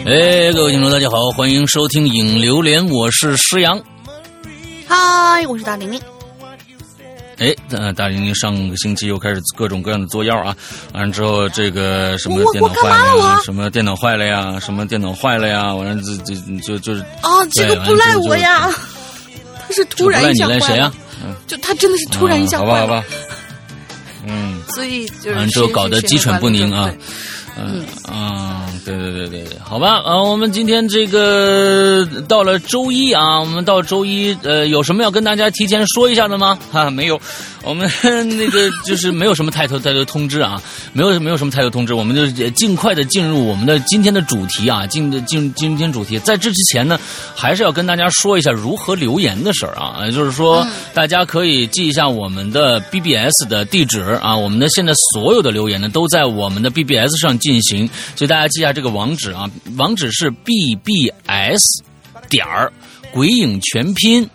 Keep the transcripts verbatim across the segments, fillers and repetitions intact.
哎，各位听众大家好，欢迎收听影榴莲，我是施阳。 嗨，我是大玲玲。 哎，呃，大玲玲上个星期又开始各种各样的作妖啊，完了之后这个什么电脑坏了呀，什么电脑坏了呀，什么电脑坏了呀，完了这这就就是啊，这个不赖我呀，他是突然一下坏了。 不赖你赖谁呀？嗯， 就他真的是突然一下坏了。 嗯、好吧，好吧。嗯， 所以就是完了之后搞得鸡犬不宁啊。嗯啊，对对对对对，好吧啊，我们今天这个到了周一啊，我们到周一，呃，有什么要跟大家提前说一下的吗？哈，没有，我们那个就是没有什么太多太多通知啊，没有没有什么太多通知，我们就尽快的进入我们的今天的主题啊，进进今天主题。在这之前呢，还是要跟大家说一下如何留言的事儿啊，也就是说，大家可以记一下我们的 B B S 的地址啊，我们的现在所有的留言呢都在我们的 B B S 上进行，所以大家记下这个网址啊，网址是 B B S 点儿鬼影全拼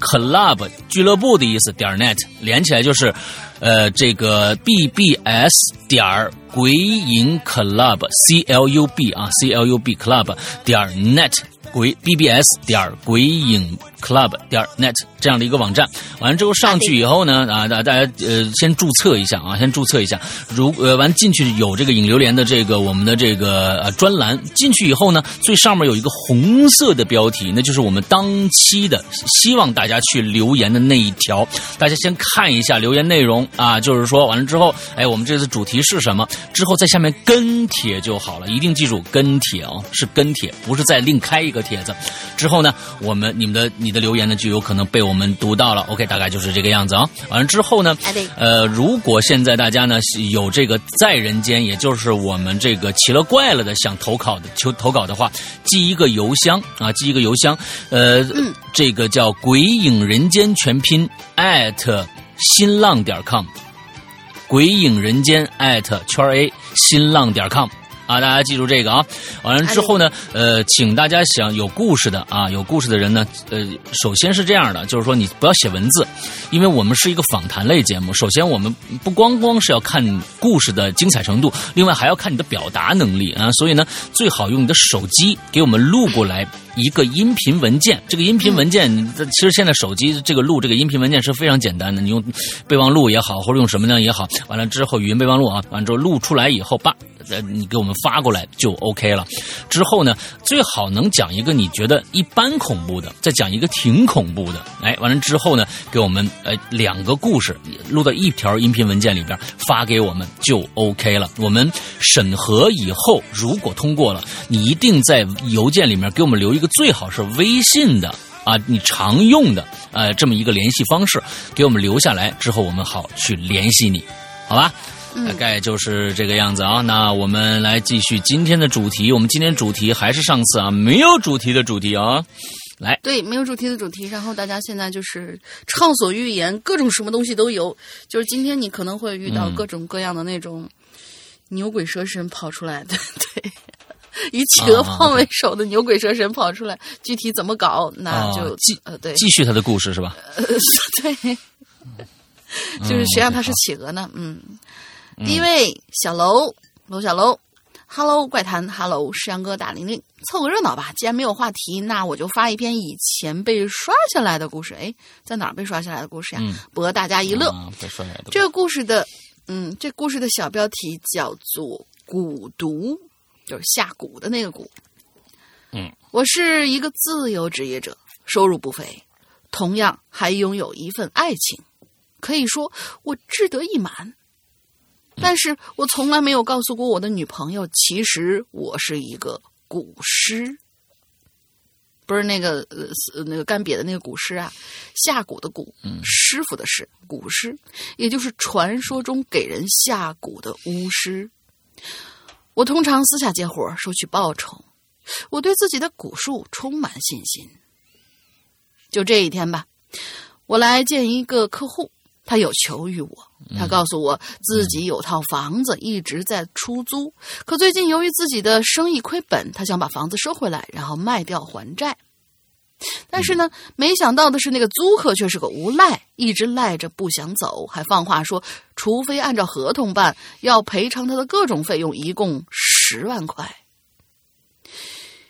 club 俱乐部的意思点 net 连起来就是呃这个 B B S 点儿鬼影 club C L U B 啊 C L U B club 点 net 鬼 B B S 点鬼影 club 点 net 这样的一个网站，完了之后上去以后呢啊，大家呃先注册一下啊，先注册一下，如呃完进去有这个影榴莲的这个我们的这个呃专栏，进去以后呢，最上面有一个红色的标题，那就是我们当期的希望大家去留言的那一条，大家先看一下留言内容啊，就是说完了之后，哎，我们这次主题是什么？之后在下面跟帖就好了，一定记住跟帖哦，是跟帖，不是再另开一个帖子。之后呢，我们你们的你的留言呢就有可能被我们读到了 ，OK， 大概就是这个样子啊。完了之后呢，呃，如果现在大家呢有这个在人间，也就是我们这个奇了怪了的想投稿的求投稿的话，寄一个邮箱啊，寄一个邮箱，呃，嗯、这个叫鬼影人间全拼 at 新浪点 com， 鬼影人间 at 圈 A 新浪点 com。啊，大家记住这个啊！完了之后呢，呃，请大家想有故事的啊，有故事的人呢，呃，首先是这样的，就是说你不要写文字，因为我们是一个访谈类节目。首先，我们不光光是要看故事的精彩程度，另外还要看你的表达能力啊。所以呢，最好用你的手机给我们录过来一个音频文件。这个音频文件，其实现在手机这个录这个音频文件是非常简单的，你用备忘录也好，或者用什么样也好，完了之后语音备忘录啊，完了之后录出来以后，叭，呃，你给我们发过来就 OK 了。之后呢，最好能讲一个你觉得一般恐怖的，再讲一个挺恐怖的。哎，完了之后呢，给我们呃两个故事录到一条音频文件里边发给我们就 OK 了。我们审核以后，如果通过了，你一定在邮件里面给我们留一个最好是微信的啊，你常用的呃这么一个联系方式，给我们留下来之后，我们好去联系你，好吧？大概就是这个样子啊。那我们来继续今天的主题。我们今天主题还是上次啊没有主题的主题啊。来， 对，没有主题的主题。然后大家现在就是畅所欲言，各种什么东西都有。就是今天你可能会遇到各种各样的那种牛鬼蛇神跑出来的，对，以企鹅胖为首的牛鬼蛇神跑出来，啊、具体怎么搞，那就、 啊、继呃对， 继续他的故事是吧？ 呃，对，就是谁让他是企鹅呢？嗯。第一位小楼楼小楼 ，Hello 怪谈 ，Hello 石阳哥大玲玲，凑个热闹吧。既然没有话题，那我就发一篇以前被刷下来的故事。哎，在哪儿被刷下来的故事呀？嗯、博大家一乐。 啊、被刷下来的这个故事的，嗯，这故事的小标题叫做《蛊毒》，就是下蛊的那个蛊。 嗯，我是一个自由职业者，收入不菲，同样还拥有一份爱情，可以说我志得意满。但是我从来没有告诉过我的女朋友，其实我是一个蛊师，不是那个呃那个干瘪的那个蛊师啊，下蛊的蛊，师傅的师，蛊师，也就是传说中给人下蛊的巫师。我通常私下接活，收取报酬，我对自己的蛊术充满信心。就这一天吧，我来见一个客户，他有求于我。他告诉我自己有套房子一直在出租，可最近由于自己的生意亏本，他想把房子收回来，然后卖掉还债。但是呢，没想到的是那个租客却是个无赖，一直赖着不想走，还放话说除非按照合同办，要赔偿他的各种费用，一共十万块。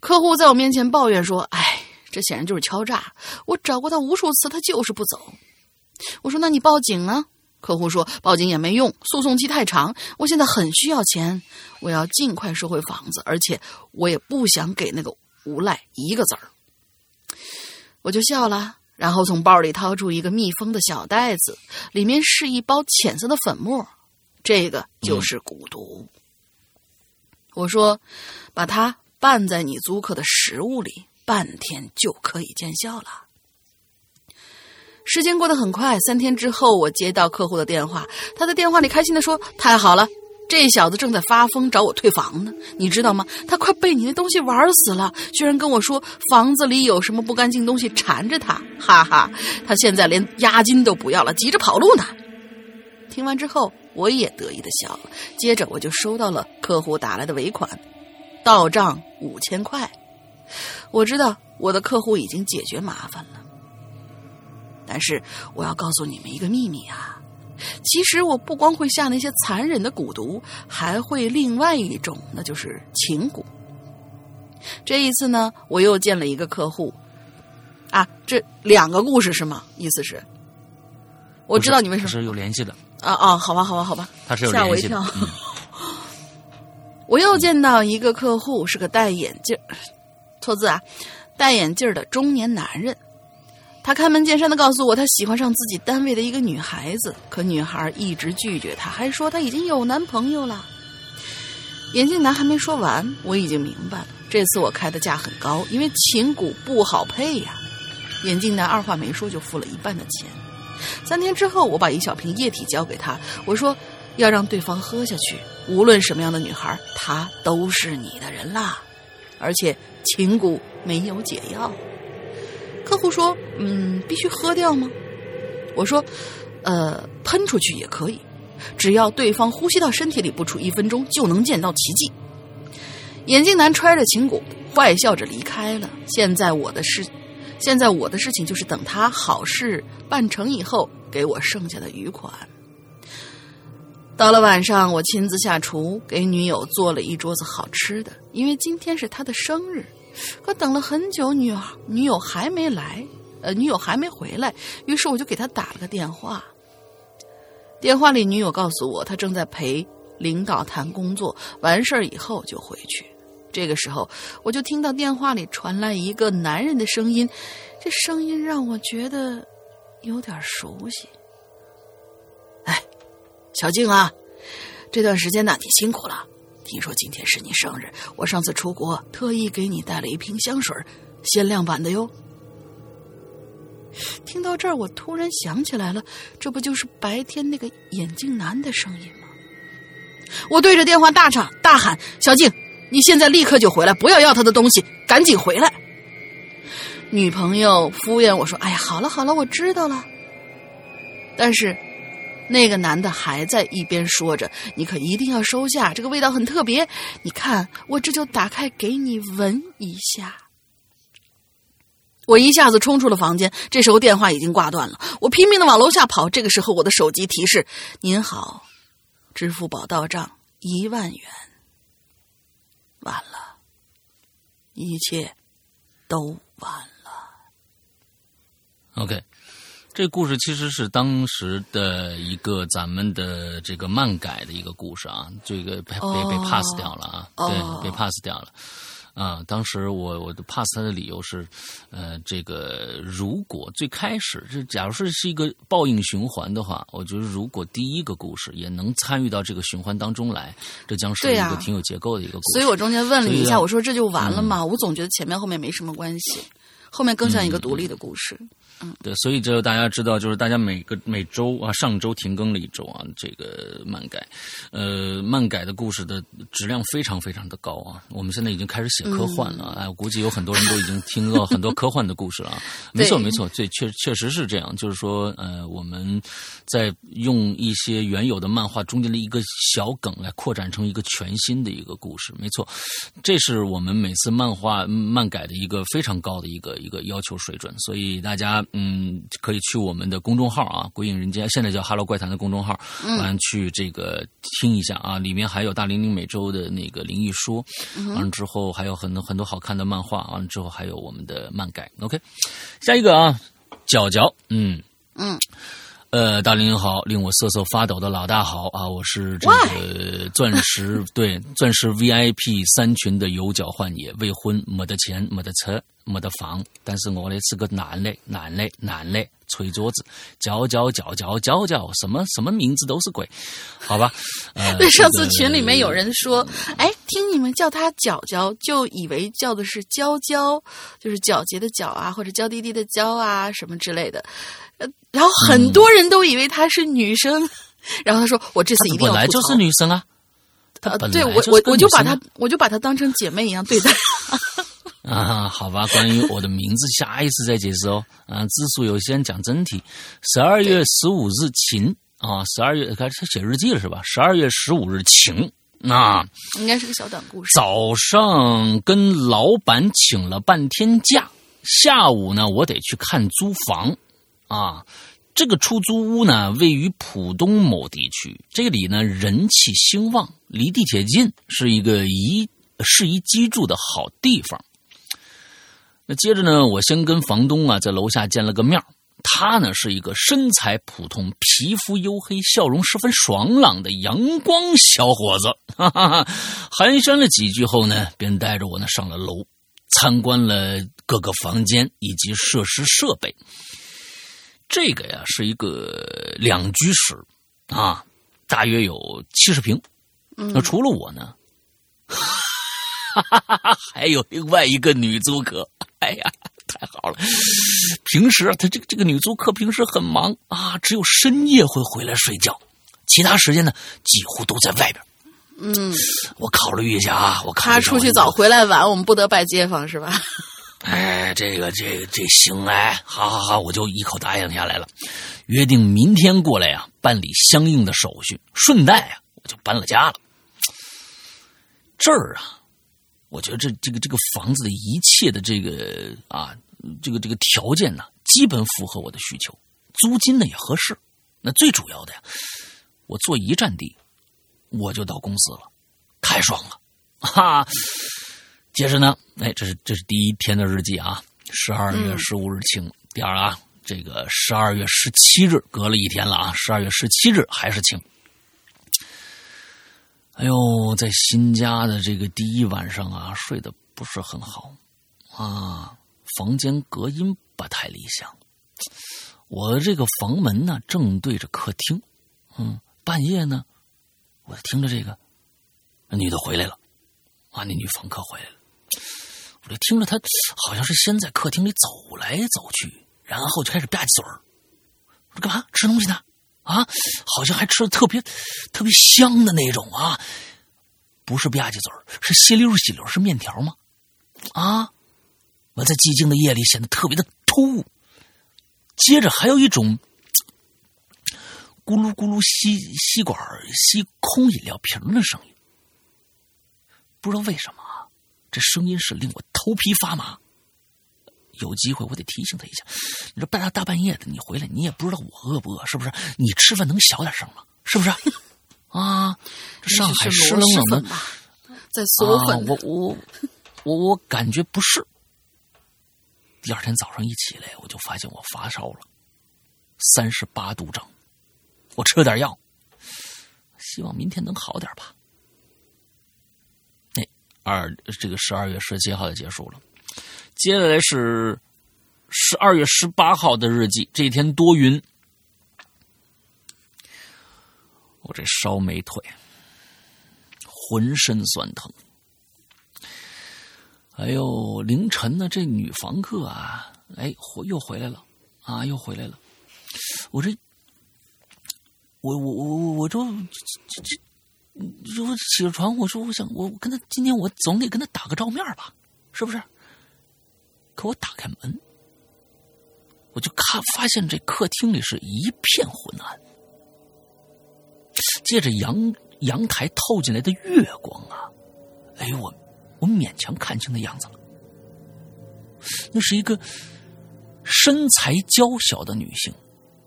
客户在我面前抱怨说：“哎，这显然就是敲诈，我找过他无数次，他就是不走。”我说：“那你报警啊？”客户说：“报警也没用，诉讼期太长，我现在很需要钱，我要尽快收回房子，而且我也不想给那个无赖一个子儿。”我就笑了，然后从包里掏出一个密封的小袋子，里面是一包浅色的粉末，这个就是蛊毒。嗯、我说：“把它拌在你租客的食物里，半天就可以见效了。”时间过得很快，三天之后，我接到客户的电话，他在电话里开心地说：“太好了，这小子正在发疯找我退房呢，你知道吗？他快被你那东西玩死了，居然跟我说房子里有什么不干净东西缠着他，哈哈，他现在连押金都不要了，急着跑路呢。”听完之后，我也得意地笑了。接着我就收到了客户打来的尾款，到账五千块。我知道我的客户已经解决麻烦了。但是我要告诉你们一个秘密啊，其实我不光会下那些残忍的蛊毒，还会另外一种，那就是情蛊。这一次呢，我又见了一个客户啊，这两个故事是吗？意思是我知道你们是是有联系的啊啊，好吧好吧好吧， 他是有联系的。 吓我一跳。嗯、我又见到一个客户，是个戴眼镜，错字啊，戴眼镜的中年男人。他开门见山地告诉我，他喜欢上自己单位的一个女孩子，可女孩一直拒绝他，还说他已经有男朋友了。眼镜男还没说完，我已经明白了，这次我开的价很高，因为情蛊不好配呀。眼镜男二话没说就付了一半的钱。三天之后，我把一小瓶液体交给他，我说要让对方喝下去，无论什么样的女孩，她都是你的人啦。而且情蛊没有解药。客户说：“嗯，必须喝掉吗？”我说：“呃，喷出去也可以，只要对方呼吸到身体里不出一分钟，就能见到奇迹。”眼镜男揣着情蛊，坏笑着离开了。现在我的事，现在我的事情就是等他好事办成以后，给我剩下的余款。到了晚上，我亲自下厨，给女友做了一桌子好吃的，因为今天是她的生日。可等了很久，女儿女友还没来，呃，女友还没回来，于是我就给她打了个电话。电话里，女友告诉我，她正在陪领导谈工作，完事儿以后就回去。这个时候，我就听到电话里传来一个男人的声音，这声音让我觉得有点熟悉。哎，小静啊，这段时间呢，你辛苦了。听说今天是你生日，我上次出国特意给你带了一瓶香水，限量版的哟。听到这儿，我突然想起来了，这不就是白天那个眼镜男的声音吗？我对着电话大唱大喊：“小静，你现在立刻就回来，不要要他的东西，赶紧回来！”女朋友敷衍我说：“哎呀，好了好了，我知道了。”但是那个男的还在一边说着：“你可一定要收下，这个味道很特别，你看我这就打开给你闻一下。”我一下子冲出了房间，这时候电话已经挂断了，我拼命的往楼下跑。这个时候我的手机提示：“您好，支付宝到账一万元。”完了，一切都完了。 OK，这故事其实是当时的一个咱们的这个漫改的一个故事啊，这个被、oh. 被被 pass 掉了啊， oh. 对，被 pass 掉了。啊，当时我我的 pass 他的理由是，呃，这个如果最开始这假如是是一个报应循环的话，我觉得如果第一个故事也能参与到这个循环当中来，这将是一个挺有结构的一个故事。 所以我中间问了你一下，我说这就完了吗？嗯、我总觉得前面后面没什么关系，后面更像一个独立的故事。嗯嗯， 对，所以这大家知道，就是大家每个每周啊，上周停更了一周啊，这个漫改，呃，漫改的故事的质量非常非常的高啊。我们现在已经开始写科幻了，嗯、哎，我估计有很多人都已经听到很多科幻的故事了啊。没错没错，这确确实是这样，就是说，呃，我们在用一些原有的漫画中间的一个小梗来扩展成一个全新的一个故事。没错，这是我们每次漫画漫改的一个非常高的一个一个要求水准，所以大家。 嗯，可以去我们的公众号啊，鬼影人间，现在叫哈喽怪谈的公众号，完、嗯、去这个听一下啊，里面还有大玲玲每周的那个灵异说，完、嗯、之后还有很多很多好看的漫画，完之后还有我们的漫改。OK， 下一个啊，角角，嗯嗯。 呃，大玲好，令我瑟瑟发抖的老大好啊！我是这个钻石对钻石 V I P 三群的有脚换野，未婚，没得钱，没得车，没得房，但是我呢是个男的，男的，男的，捶桌子，叫叫叫叫叫叫，什么什么名字都是鬼，好吧？呃， 对，上次群里面有人说，哎、嗯，听你们叫他角角，就以为叫的是娇娇，就是皎洁的皎啊，或者娇滴滴的娇啊，什么之类的。然后很多人都以为她是女生，嗯、然后他说：“我这次一定要吐槽。” 本来就是女生啊， 呃，对我我我就把她我就把她当成姐妹一样对待。 啊，好吧，关于我的名字，下一次再解释哦。啊，字数有限，讲真题。十二月十五日晴啊，十二月开始写日记了是吧？十二月十五日晴。那应该是个小短故事。 早上跟老板请了半天假，下午呢，我得去看租房。啊，这个出租屋呢，位于浦东某地区，这里呢人气兴旺，离地铁近，是一个宜适宜居住的好地方。那接着呢，我先跟房东啊在楼下见了个面，他呢是一个身材普通、皮肤黝黑、笑容十分爽朗的阳光小伙子。哈哈哈，寒暄了几句后呢，便带着我呢上了楼，参观了各个房间以及设施设备。这个呀是一个两居室啊，大约有七十平。那除了我呢，还有另外一个女租客。哎呀，太好了！平时啊，她这个这个女租客平时很忙啊，只有深夜会回来睡觉，其他时间呢几乎都在外边。 嗯， 我考虑一下啊，我考虑他出去早回来晚，我们不得拜街坊是吧？ 哎，这个这个这行哎，好好好，我就一口答应下来了，约定明天过来呀，办理相应的手续，顺带呀，我就搬了家了。这儿啊，我觉得这这个这个房子的一切的这个啊，这个这个条件呢，基本符合我的需求，租金呢也合适。那最主要的呀，我坐一站地，我就到公司了，太爽了，哈。接着呢，哎，这是这是第一天的日记啊，十二月十五日晴。嗯、第二啊，这个十二月十七日隔了一天了啊，十二月十七日还是晴。哎呦，在新家的这个第一晚上啊，睡得不是很好啊，房间隔音不太理想。我这个房门呢正对着客厅，嗯，半夜呢，我听着这个那女的回来了啊，那女房客回来了。我就听着他好像是先在客厅里走来走去，然后就开始吧唧嘴儿。我说干嘛？吃东西呢？啊，好像还吃的特别特别香的那种啊，不是吧唧嘴儿，是吸溜吸溜，是面条吗？啊，我在寂静的夜里显得特别的突兀。接着还有一种咕噜咕噜吸吸管吸空饮料瓶的声音，不知道为什么。这声音是令我头皮发麻，有机会我得提醒他一下。你说大大半夜的你回来，你也不知道我饿不饿，是不是？你吃饭能小点声吗？是不是？啊，这上海湿冷冷的， 在嗦粉、 啊。我我我我感觉不是。第二天早上一起来，我就发现我发烧了，三十八度整。我吃了点药，希望明天能好点吧。二这个十二月十七号就结束了，接下来是十二月十八号的日记。这一天多云，我这烧没退，浑身酸疼。哎呦，凌晨呢，这女房客啊，哎，又回来了啊，又回来了。我这，我我我我我就这这。我起了床，我说我想我跟他今天我总得跟他打个照面吧，是不是？可我打开门，我就看发现这客厅里是一片昏暗，借着阳阳台透进来的月光啊，哎我我勉强看清的样子了，那是一个身材娇小的女性，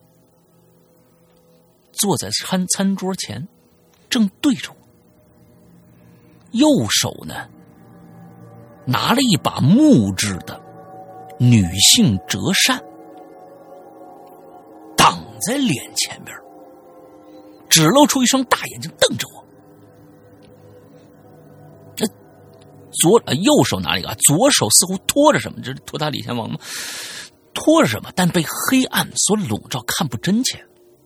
坐在餐餐桌前，正对着我，右手呢拿了一把木质的女性折扇，挡在脸前边，只露出一双大眼睛瞪着我。左呃右手拿了一个，左手似乎拖着什么，这是拖他李天王吗？拖着什么，但被黑暗所笼罩，看不真切。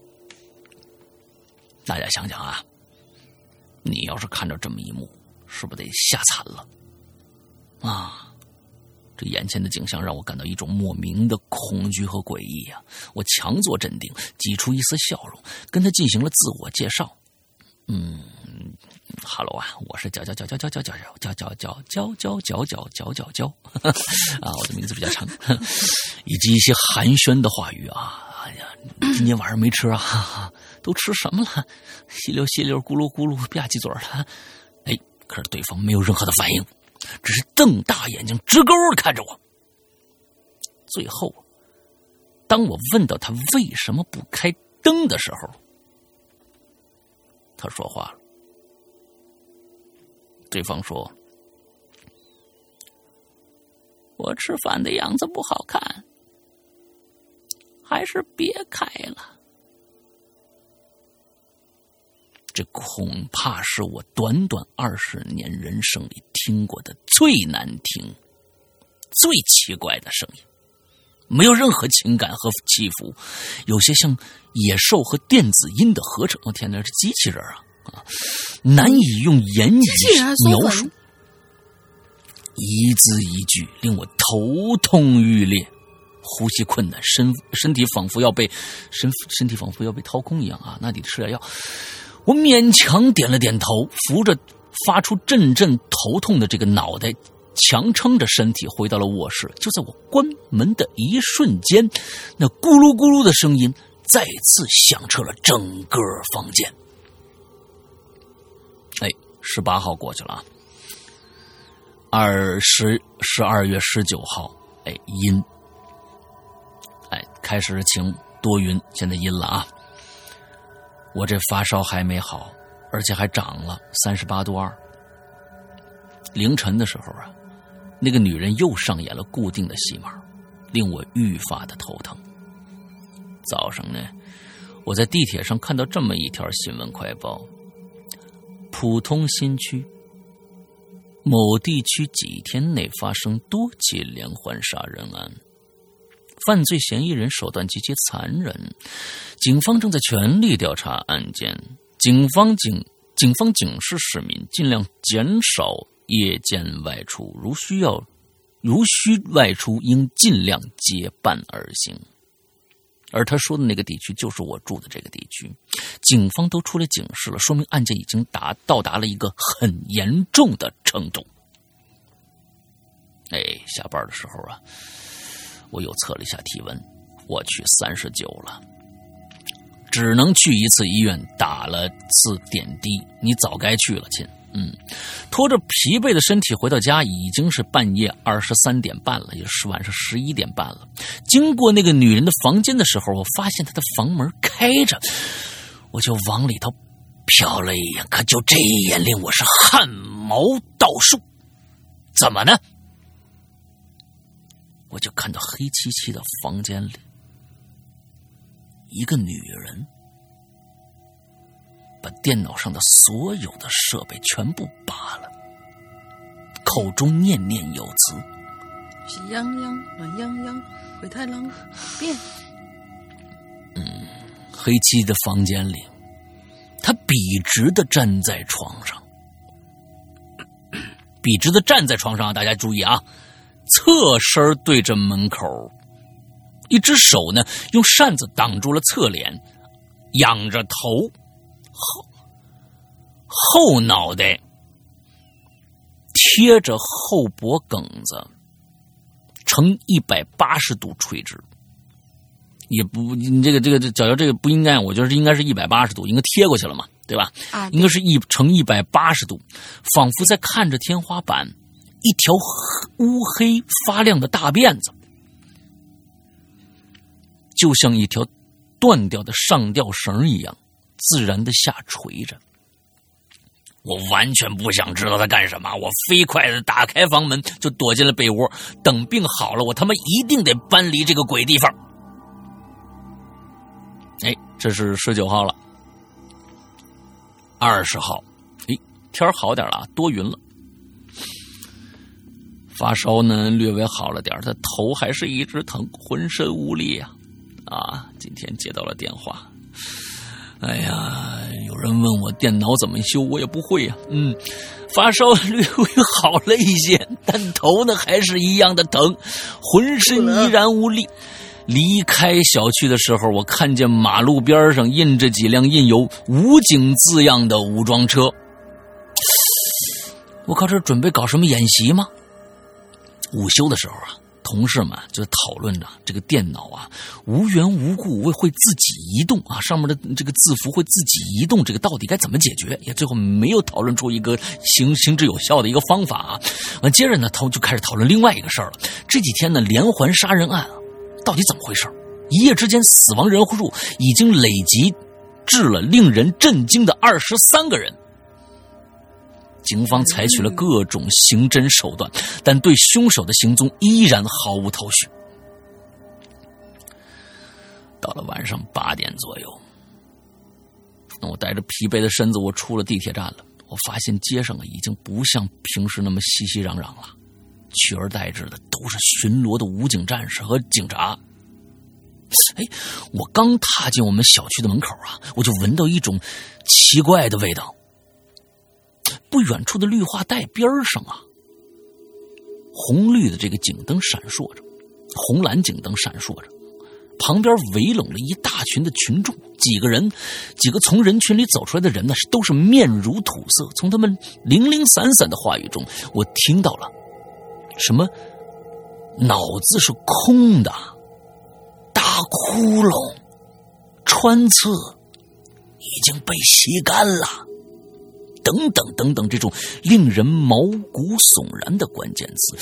大家想想啊，你要是看到这么一幕，是不是得吓惨了啊？这眼前的景象让我感到一种莫名的恐惧和诡异啊！我强作镇定，挤出一丝笑容，跟他进行了自我介绍。嗯。哈喽啊，我是叫叫叫叫叫叫叫叫叫叫叫叫叫叫叫叫叫啊，我的名字比较长，以及一些寒暄的话语啊。哎呀，今天晚上没吃啊？哈哈，都吃什么了？稀溜稀溜，咕噜咕噜，吧唧嘴了。哎，可是对方没有任何的反应，只是瞪大眼睛，直勾的看着我。最后，当我问到他为什么不开灯的时候，他说话了。对方说：“我吃饭的样子不好看，还是别开了。”这恐怕是我短短二十年人生里听过的最难听、最奇怪的声音，没有任何情感和起伏，有些像野兽和电子音的合成。我、哦、天哪，是机器人啊！啊，难以用言语描述，一字一句令我头痛欲裂，呼吸困难，身身体仿佛要被身身体仿佛要被掏空一样啊！那得吃点药。我勉强点了点头，扶着发出阵阵头痛的这个脑袋，强撑着身体回到了卧室。就在我关门的一瞬间，那咕噜咕噜的声音再次响彻了整个房间。哎，十八号过去了啊，二十十二月十九号，哎，阴，哎，开始是晴多云，现在阴了啊。我这发烧还没好，而且还涨了三十八度二。凌晨的时候啊，那个女人又上演了固定的戏码，令我愈发的头疼。早上呢，我在地铁上看到这么一条新闻快报。普通新区某地区几天内发生多起连环杀人案，犯罪嫌疑人手段极其残忍，警方正在全力调查案件。警方警警方警示市民尽量减少夜间外出，如需要如需外出应尽量结伴而行。而他说的那个地区就是我住的这个地区，警方都出来警示了，说明案件已经达到达了一个很严重的程度。哎，下班的时候啊，我又测了一下体温，我去三十九了，只能去一次医院打了次点滴。你早该去了，亲。嗯，拖着疲惫的身体回到家，已经是半夜二十三点半了，也是晚上十一点半了。经过那个女人的房间的时候，我发现她的房门开着，我就往里头瞟了一眼，可就这一眼令我是汗毛倒竖。怎么呢？我就看到黑漆漆的房间里，一个女人把电脑上的所有的设备全部拔了，口中念念有词： 喜洋洋，暖洋洋，灰太狼变。 嗯，黑漆的房间里，他笔直的站在床上，笔直的站在床上，大家注意啊，侧身对着门口，一只手呢用扇子挡住了侧脸，仰着头，后后脑袋贴着后脖梗子，呈一百八十度垂直。也不，你这个这个脚脚这个不应该，我觉得应该是一百八十度，应该贴过去了嘛，对吧？啊，应该是一呈一百八十度，仿佛在看着天花板一条乌黑发亮的大辫子。 就像一条断掉的上吊绳一样，自然的下垂着。我完全不想知道他干什么，我飞快的打开房门，就躲进了被窝。等病好了，我他妈一定得搬离这个鬼地方。哎，这是十九号了。二十号，哎，天好点了，多云了。发烧呢略微好了点，但头还是一直疼，浑身无力啊！啊，今天接到了电话。哎呀，有人问我电脑怎么修，我也不会呀、啊。嗯，发烧略微好了一些，但头呢还是一样的疼，浑身依然无力。离开小区的时候，我看见马路边上印着几辆印有武警字样的武装车。我靠，这准备搞什么演习吗？午休的时候啊，同事们就讨论着这个电脑啊无缘无故会自己移动啊，上面的这个字符会自己移动，这个到底该怎么解决？也最后没有讨论出一个行行之有效的一个方法啊。完接着呢，他就开始讨论另外一个事儿了。这几天呢，连环杀人案啊，到底怎么回事？一夜之间死亡人数已经累积至了令人震惊的二十三个人。警方采取了各种刑侦手段，但对凶手的行踪依然毫无头绪。到了晚上八点左右，我带着疲惫的身子，我出了地铁站了。我发现街上啊已经不像平时那么熙熙攘攘了，取而代之的都是巡逻的武警战士和警察。哎，我刚踏进我们小区的门口啊，我就闻到一种奇怪的味道。不远处的绿化带边上啊，红绿的这个警灯闪烁着，红蓝警灯闪烁着，旁边围拢了一大群的群众，几个人，几个从人群里走出来的人呢，都是面如土色。从他们零零散散的话语中，我听到了什么脑子是空的，大窟窿，穿刺已经被吸干了，等等等等，这种令人毛骨悚然的关键词。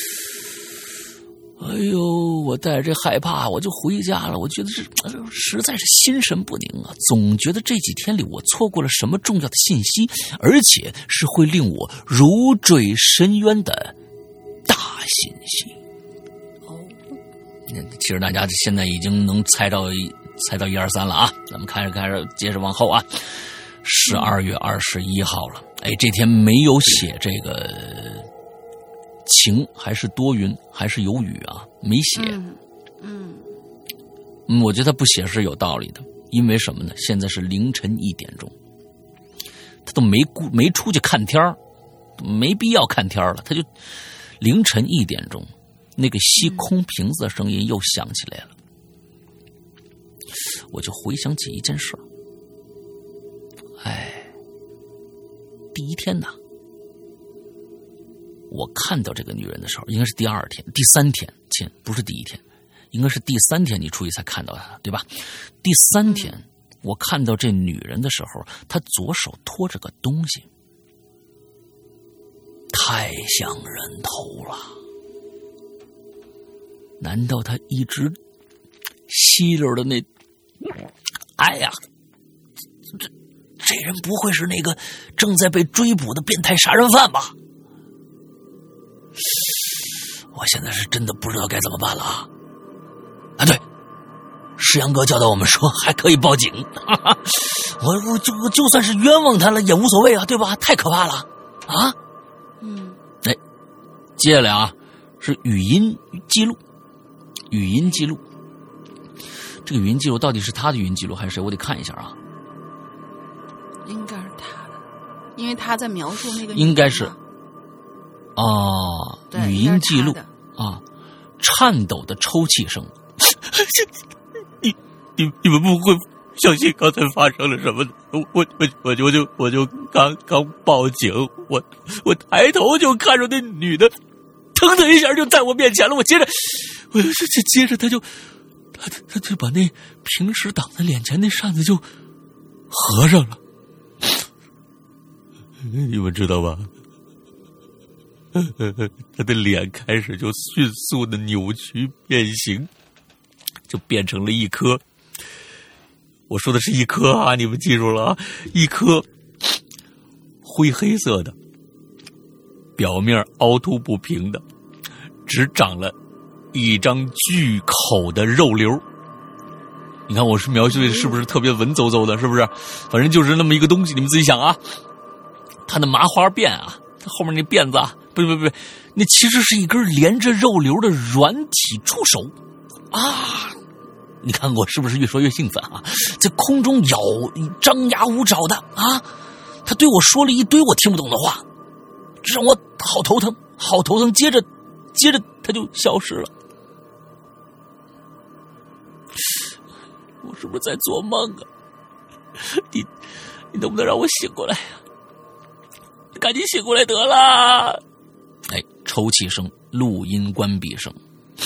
哎呦，我带着这害怕我就回家了。我觉得这实在是心神不宁啊，总觉得这几天里我错过了什么重要的信息，而且是会令我如坠深渊的大信息。哦，其实大家现在已经能猜到猜到一二三了啊，咱们开始开始接着往后啊。十二月二十一号了，哎，这天没有写这个晴还是多云还是有雨啊，没写。 嗯嗯嗯，我觉得他不写是有道理的，因为什么呢？现在是凌晨一点钟，他都没没出去看天儿，没必要看天儿了，他就凌晨一点钟，那个吸空瓶子的声音又响起来了。我就回想起一件事儿。哎，第一天呢，我看到这个女人的时候，应该是第二天、第三天，亲，不是第一天，应该是第三天你出去才看到她，对吧？第三天我看到这女人的时候，她左手托着个东西，太像人头了。难道她一直吸溜的那……哎呀，这。这人不会是那个正在被追捕的变态杀人犯吧？我现在是真的不知道该怎么办了啊！啊，对，石阳哥教导我们说还可以报警，哈哈，我我就我就算是冤枉他了也无所谓啊，对吧？太可怕了啊！ 嗯， 哎，接下来啊是语音记录，语音记录，这个语音记录到底是他的语音记录还是谁？我得看一下啊。 应该是他的，因为他在描述那个应该是啊，语音记录啊，颤抖的抽泣声。你你你们不会相信刚才发生了什么？我我我我就我就我就刚刚报警，我我抬头就看着那女的，腾的一下就在我面前了。我接着我这接着他就他他就把那平时挡在脸前那扇子就合上了。你们知道吧？他的脸开始就迅速的扭曲变形， 就变成了一颗，我说的是一颗啊，你们记住了啊，一颗灰黑色的，表面凹凸不平的，只长了一张巨口的肉瘤。你看我是描述的是不是特别文绉绉的，是不是？反正就是那么一个东西，你们自己想啊。它的麻花辫啊，它后面那辫子啊，不不不，那其实是一根连着肉瘤的软体触手啊！你看我是不是越说越兴奋啊？在空中咬张牙舞爪的啊，他对我说了一堆我听不懂的话，这让我好头疼，好头疼。接着，接着他就消失了。我是不是在做梦啊？你，你能不能让我醒过来呀？赶紧醒过来得了！哎，抽泣声，录音关闭声。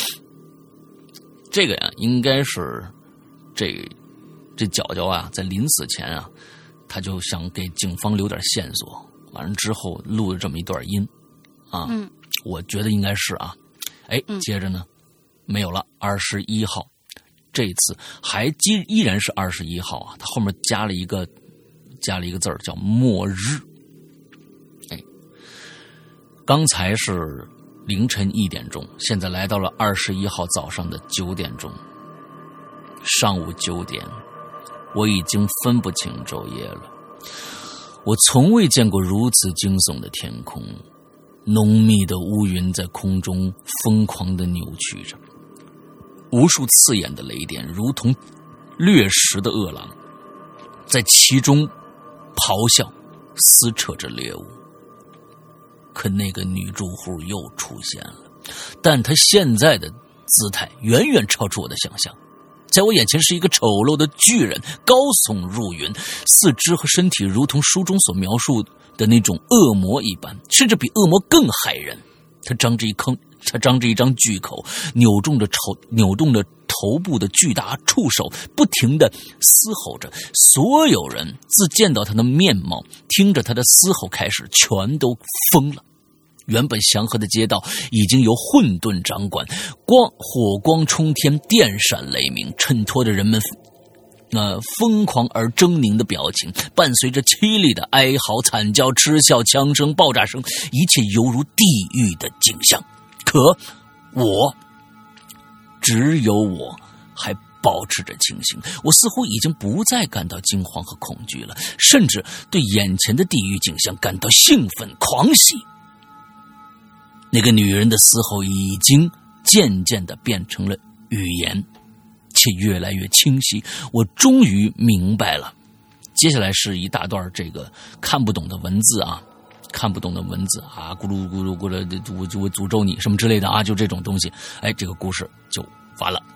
这个呀，应该是这这角角啊，在临死前啊，他就想给警方留点线索，完了之后录了这么一段音啊。嗯，我觉得应该是啊。哎，接着呢，没有了。二十一号，这次还依依然是二十一号啊，他后面加了一个加了一个字儿叫末日。哎，刚才是凌晨一点钟，现在来到了二十一号早上的九点钟。上午九点，我已经分不清昼夜了。我从未见过如此惊悚的天空，浓密的乌云在空中疯狂地扭曲着，无数刺眼的雷电如同掠食的饿狼，在其中咆哮撕扯着猎物。可那个女住户又出现了，但她现在的姿态远远超出我的想象。在我眼前是一个丑陋的巨人，高耸入云，四肢和身体如同书中所描述的那种恶魔一般，甚至比恶魔更骇人。他张着一坑，他张着一张巨口，扭动着头，扭动着头部的巨大触手，不停地嘶吼着。所有人自见到他的面貌，听着他的嘶吼开始，全都疯了。原本祥和的街道已经由混沌掌管，光火光冲天，电闪雷鸣，衬托着人们呃疯狂而狰狞的表情，伴随着凄厉的哀嚎、惨叫、嗤笑、枪声、爆炸声，一切犹如地狱的景象。可我，只有我还保持着清醒，我似乎已经不再感到惊慌和恐惧了，甚至对眼前的地狱景象感到兴奋狂喜。那个女人的嘶吼已经渐渐地变成了语言，且越来越清晰。我终于明白了，接下来是一大段这个看不懂的文字啊，看不懂的文字啊，咕噜咕噜咕噜，我就我诅咒你什么之类的啊，就这种东西。哎，这个故事就完了，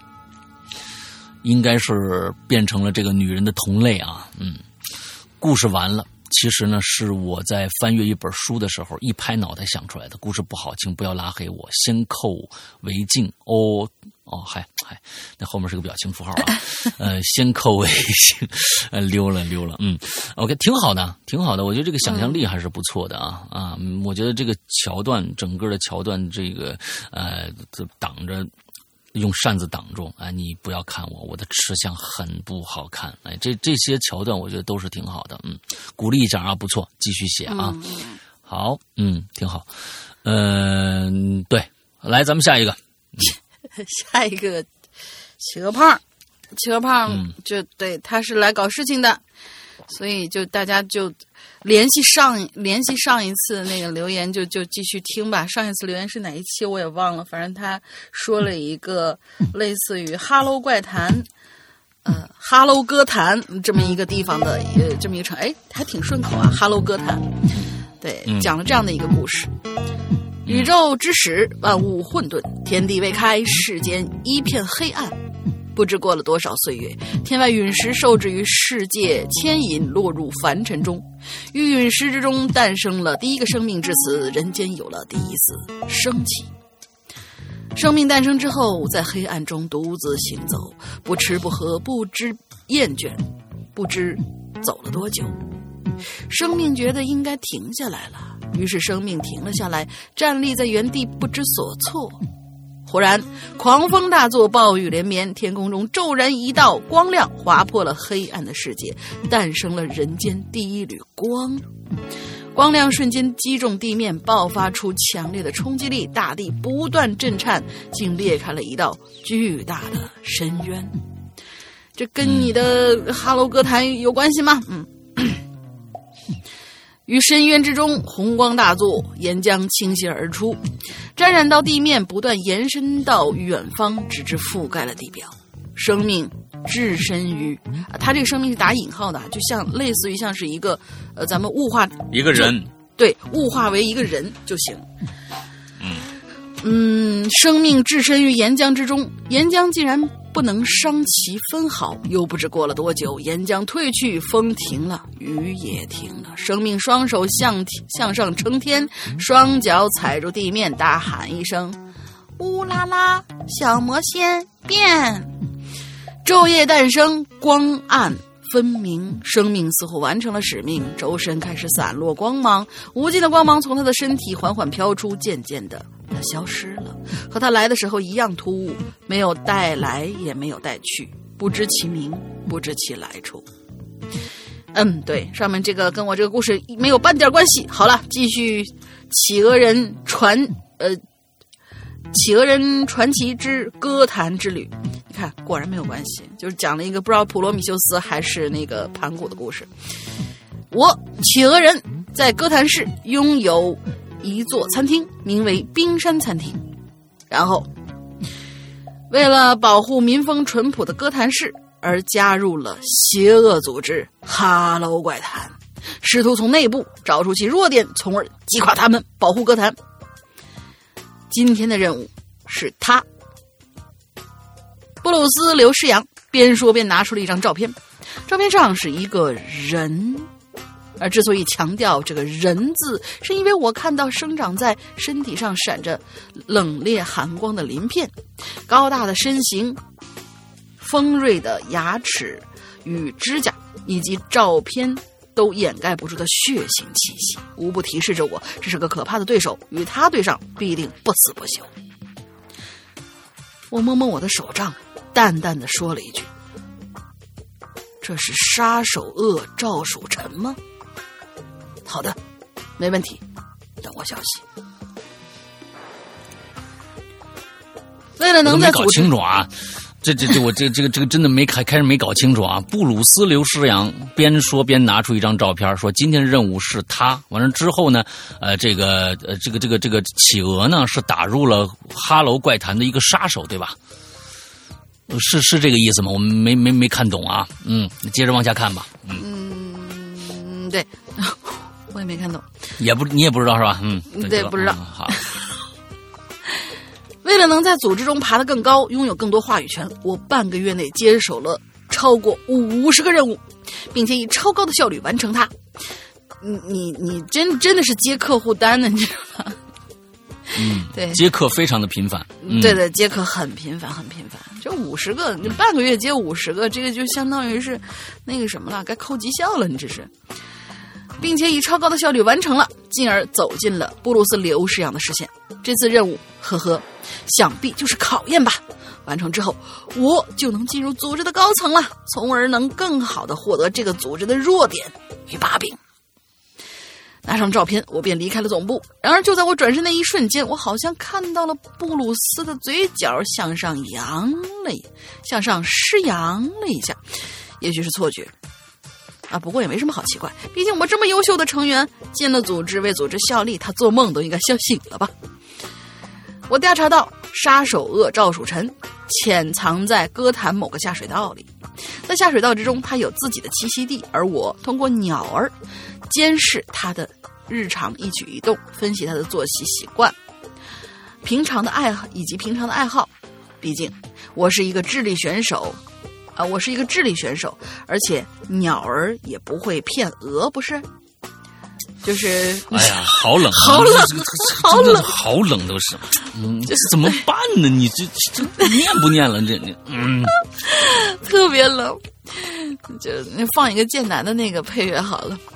应该是变成了这个女人的同类啊。嗯，故事完了。其实呢，是我在翻阅一本书的时候一拍脑袋想出来的。故事不好，请不要拉黑我。先扣为敬哦哦，嗨嗨，那后面是个表情符号啊。呃，先扣为敬，呃，溜了溜了，嗯 ，OK， 挺好的，挺好的。我觉得这个想象力还是不错的啊啊，我觉得这个桥段，整个的桥段，这个呃，挡着。用扇子挡住啊！你不要看我，我的吃相很不好看。哎，这这些桥段我觉得都是挺好的，嗯，鼓励一下啊，不错，继续写啊。嗯、好，嗯，挺好。嗯、呃，对，来，咱们下一个。 下一个，企鹅胖，企鹅胖就、嗯、对，他是来搞事情的，所以就大家就联系上联系上一次那个留言就就继续听吧。上一次留言是哪一期我也忘了，反正他说了一个类似于哈喽怪谈呃哈喽歌坛这么一个地方的呃这么一个城，哎还挺顺口啊，哈喽歌坛。对，讲了这样的一个故事。宇宙之始，万物混沌，天地未开，世间一片黑暗。不知过了多少岁月，天外陨石受制于世界牵引，落入凡尘中。于陨石之中诞生了第一个生命，至此人间有了第一丝生气。生命诞生之后，在黑暗中独自行走，不吃不喝，不知厌倦，不知走了多久。生命觉得应该停下来了，于是生命停了下来，站立在原地不知所措。 忽然狂风大作，暴雨连绵，天空中骤然一道光亮划破了黑暗的世界，诞生了人间第一缕光。光亮瞬间击中地面，爆发出强烈的冲击力，大地不断震颤，竟裂开了一道巨大的深渊。这跟你的哈喽歌坛有关系吗？嗯，于深渊之中，红光大作，岩浆倾泻而出，沾染到地面，不断延伸到远方，直至覆盖了地表。生命置身于，啊，它这个生命是打引号的，就像类似于像是一个，呃，咱们物化一个人， 对，物化为一个人就行。嗯嗯，生命置身于岩浆之中，岩浆既然不能伤其分毫，又不知过了多久，岩浆退去，风停了，雨也停了。生命双手向向上撑天，双脚踩住地面，大喊一声：“乌拉拉，小魔仙变！”昼夜诞生，光暗分明，生命似乎完成了使命，周身开始散落光芒，无尽的光芒从他的身体缓缓飘出，渐渐的他消失了，和他来的时候一样突兀，没有带来也没有带去，不知其名，不知其来处。嗯，对，上面这个跟我这个故事没有半点关系。好了，继续企鹅人传呃企鹅人传奇之歌坛之旅。你看，果然没有关系，就是讲了一个不知道普罗米修斯还是那个盘古的故事。我企鹅人在歌坛市拥有一座餐厅，名为冰山餐厅。然后为了保护民风淳朴的歌坛市，而加入了邪恶组织哈喽怪谈，试图从内部找出其弱点，从而击垮他们，保护歌坛。今天的任务是他布鲁斯·刘诗阳边说边拿出了一张照片，照片上是一个人，而之所以强调这个人字，是因为我看到生长在身体上闪着冷冽寒光的鳞片，高大的身形，锋锐的牙齿与指甲，以及照片都掩盖不住的血腥气息，无不提示着我这是个可怕的对手，与他对上必定不死不休。我摸摸我的手杖，淡淡的说了一句：“这是杀手恶赵曙臣吗？”好的，没问题，等我消息。为了能在组织，没搞清楚啊，这这这我这这个这个真的没开开始没搞清楚啊。布鲁斯刘诗阳边说边拿出一张照片，说今天的任务是他。完了之后呢，呃，这个呃这个这个这个企鹅呢是打入了哈喽怪谈的一个杀手，对吧？是是这个意思吗？我们没没没看懂啊。嗯，接着往下看吧。嗯， 嗯对，我也没看懂， 也不你也不知道是吧？嗯， 对，不知道。 嗯、好。 为了能在组织中爬得更高，拥有更多话语权，我半个月内接手了超过五十个任务，并且以超高的效率完成它。你你你真真的是接客户单呢，你知道吗？ 嗯， 对， 接客非常的频繁。嗯、 对对，接客很频繁，很频繁。这五十个，你半个月接五十个，这个就相当于是那个什么了，该扣绩效了，你这是。并且以超高的效率完成了，进而走进了布鲁斯·刘诗阳的视线。这次任务，呵呵，想必就是考验吧。完成之后，我就能进入组织的高层了，从而能更好的获得这个组织的弱点与把柄。拿上照片，我便离开了总部。然而就在我转身那一瞬间，我好像看到了布鲁斯的嘴角向上扬了一向上施扬了一下，也许是错觉啊，不过也没什么好奇怪，毕竟我这么优秀的成员进了组织，为组织效力，他做梦都应该笑醒了吧。我调查到杀手恶赵曙臣潜藏在歌坛某个下水道里，在下水道之中他有自己的栖息地，而我通过鸟儿监视他的日常一举一动，分析他的作息习惯、平常的爱好以及平常的爱好。毕竟我是一个智力选手啊，我是一个智力选手，而且鸟儿也不会骗鹅，不是？就是， 哎呀，好冷， 好冷，好冷， 好冷都是。嗯，这怎么办呢？你这这念不念了？这你嗯， 特别冷，就放一个剑南的那个配乐好了。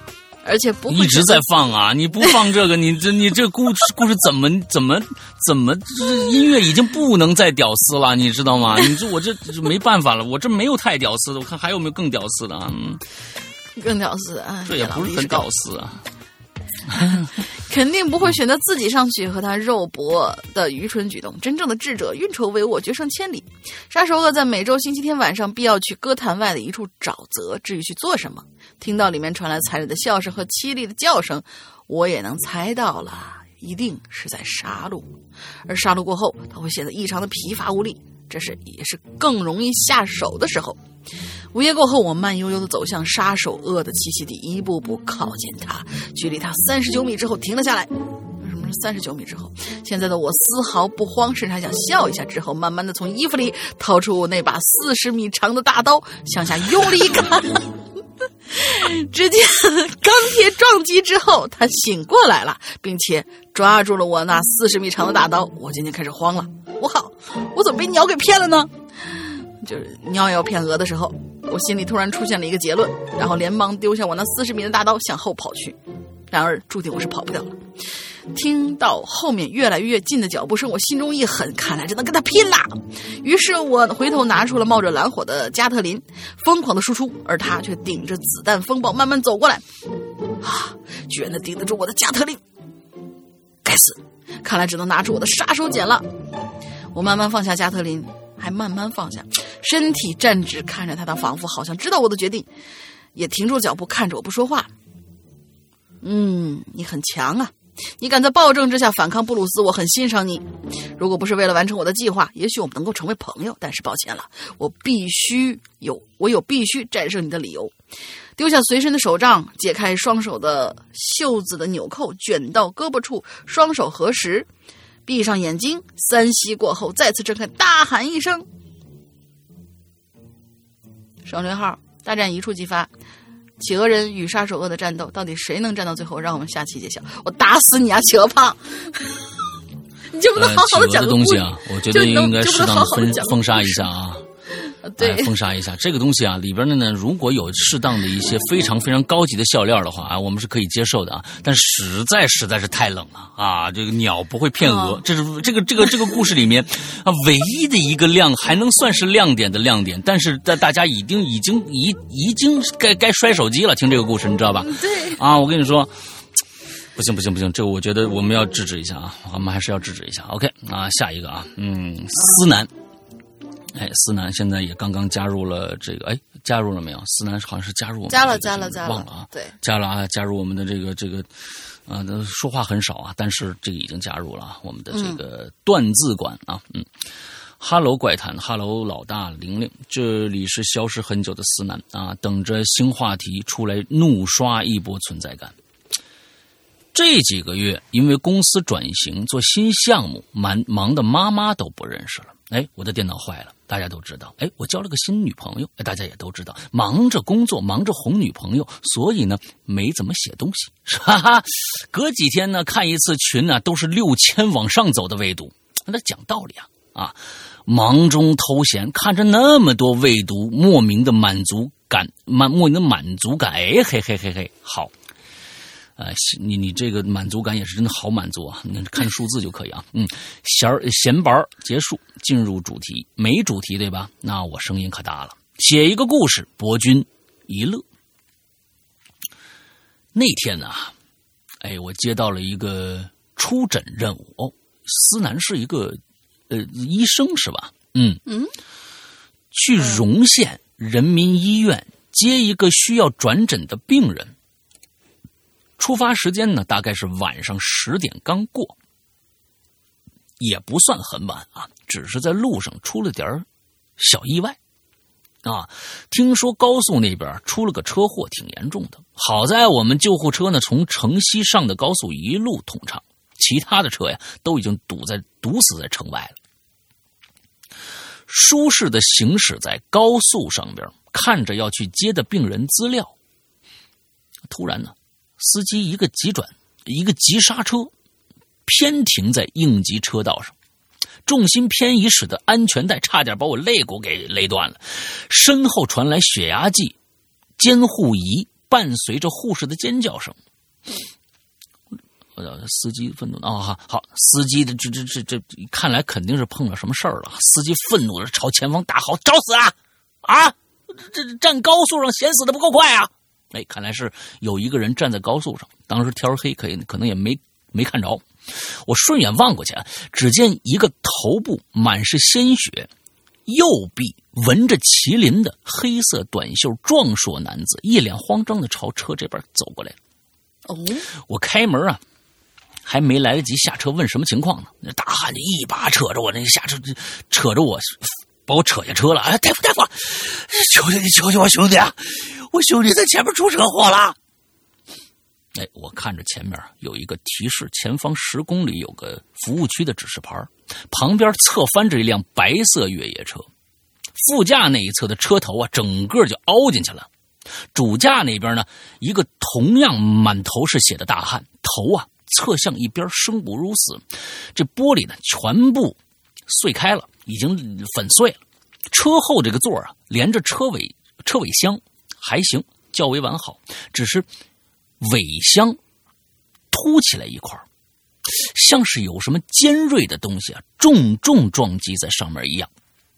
而且不会一直在放啊！你不放这个，你这你这故故事怎么怎么怎么，这音乐已经不能再屌丝了，你知道吗？你这我这没办法了，我这没有太屌丝的，我看还有没有更屌丝的啊？嗯， 更屌丝啊！ 这也不是很屌丝啊。 肯定不会选择自己上去和他肉搏的愚蠢举动。真正的智者运筹帷幄，决胜千里。杀手鳄在每周星期天晚上必要去歌坛外的一处沼泽，至于去做什么，听到里面传来残忍的笑声和凄厉的叫声，我也能猜到了，一定是在杀戮。而杀戮过后，他会显得异常的疲乏无力，这是也是更容易下手的时候。午夜过后，我慢悠悠地走向杀手鳄的栖息地，一步步靠近他，距离他三十九米之后停了下来。为什么是三十九米之后？现在的我丝毫不慌，甚至还想笑一下。之后，慢慢地从衣服里掏出我那把四十米长的大刀，向下用力一砍。只见钢铁撞击之后，他醒过来了，并且抓住了我那四十米长的大刀。我渐渐开始慌了，我靠，我怎么被鸟给骗了呢？就是鸟要骗鹅的时候，我心里突然出现了一个结论，然后连忙丢下我那四十米的大刀向后跑去。然而注定我是跑不掉了。听到后面越来越近的脚步声，我心中一狠，看来只能跟他拼了。于是我回头拿出了冒着蓝火的加特林，疯狂的输出，而他却顶着子弹风暴慢慢走过来。啊，居然能顶得住我的加特林！该死，看来只能拿出我的杀手锏了。我慢慢放下加特林，还慢慢放下，身体站直，看着他，他仿佛好像知道我的决定，也停住脚步，看着我不说话。嗯，你很强啊，你敢在暴政之下反抗布鲁斯，我很欣赏你。如果不是为了完成我的计划，也许我们能够成为朋友，但是抱歉了，我必须有我有必须战胜你的理由。丢下随身的手杖，解开双手的袖子的纽扣，卷到胳膊处，双手合十，闭上眼睛，三息过后再次睁开，大喊一声：省略号，大战一触即发。企鹅人与杀手鳄的战斗，到底谁能战到最后？让我们下期揭晓。我打死你啊，企鹅胖！你就不能好好的讲个东西啊？我觉得应该适当的封封杀一下啊。 对、 哎，封杀一下这个东西啊，里边的呢，如果有适当的一些非常非常高级的笑料的话啊，我们是可以接受的啊。但实在实在是太冷了啊！这个鸟不会骗鹅，哦、这是这个这个这个故事里面啊唯一的一个亮，还能算是亮点的亮点。但是大大家已经已经已已经该该摔手机了，听这个故事你知道吧？ 对啊，我跟你说。不行不行不行，这个我觉得我们要制止一下啊，我们还是要制止一下。OK 啊，下一个啊，嗯，思南。哎，思南现在也刚刚加入了这个，哎，加入了没有？思南好像是加入我们、这个、 加了，加了，加了， 忘了啊， 对， 加了啊，加入我们的这个这个，啊、呃，说话很少啊，但是这个已经加入了我们的这个段字馆啊，嗯。哈喽怪谈，哈喽老大玲玲，这里是消失很久的思南啊，等着新话题出来怒刷一波存在感。这几个月因为公司转型做新项目，忙忙的妈妈都不认识了。哎，我的电脑坏了，大家都知道。哎，我交了个新女朋友，哎，大家也都知道。忙着工作，忙着哄女朋友，所以呢，没怎么写东西。哈哈，隔几天呢看一次群呢、啊，都是六千往上走的未读。那讲道理啊啊，忙中偷闲，看着那么多未读，莫名的满足感，满莫名的满足感。哎，嘿嘿嘿嘿，好。呃，你你这个满足感也是真的好满足啊！你看数字就可以啊。嗯，闲闲班结束，进入主题，没主题对吧？那我声音可大了，写一个故事，博君一乐。那天呢、啊，哎，我接到了一个出诊任务哦。思南是一个呃医生是吧？嗯嗯，去荣县人民医院接一个需要转诊的病人。出发时间呢，大概是晚上十点刚过，也不算很晚啊，只是在路上出了点小意外啊。听说高速那边出了个车祸，挺严重的。好在我们救护车呢，从城西上的高速一路通畅，其他的车呀都已经堵在堵死在城外了。舒适的行驶在高速上边，看着要去接的病人资料，突然呢。司机一个急转，一个急刹车，偏停在应急车道上，重心偏移使得安全带差点把我肋骨给勒断了。身后传来血压计、监护仪、 伴随着护士的尖叫声。呃，司机愤怒啊、哦！好，司机的这这这这，看来肯定是碰了什么事儿了。司机愤怒的朝前方大吼：“找死啊！啊，这这站高速上嫌死的不够快啊！”哎，看来是有一个人站在高速上，当时天黑，可以可能也没没看着。我顺眼望过去啊，只见一个头部满是鲜血、右臂纹着麒麟的黑色短袖壮硕男子，一脸慌张的朝车这边走过来。 哦， 我开门啊，还没来得及下车问什么情况呢，那大汉就一把扯着我，那下车扯着我，把我扯下车了。哎，大夫大夫，求求你求求我兄弟啊，我兄弟在前面出车祸了。哎，我看着前面有一个提示前方十公里有个服务区的指示牌，旁边侧翻着一辆白色越野车，副驾那一侧的车头啊整个就凹进去了。主驾那边呢，一个同样满头是血的大汉，头啊侧向一边，生不如死。这玻璃呢全部碎开了，已经粉碎了。车后这个座啊，连着车尾车尾箱还行，较为完好，只是尾箱凸起来一块，像是有什么尖锐的东西啊重重撞击在上面一样。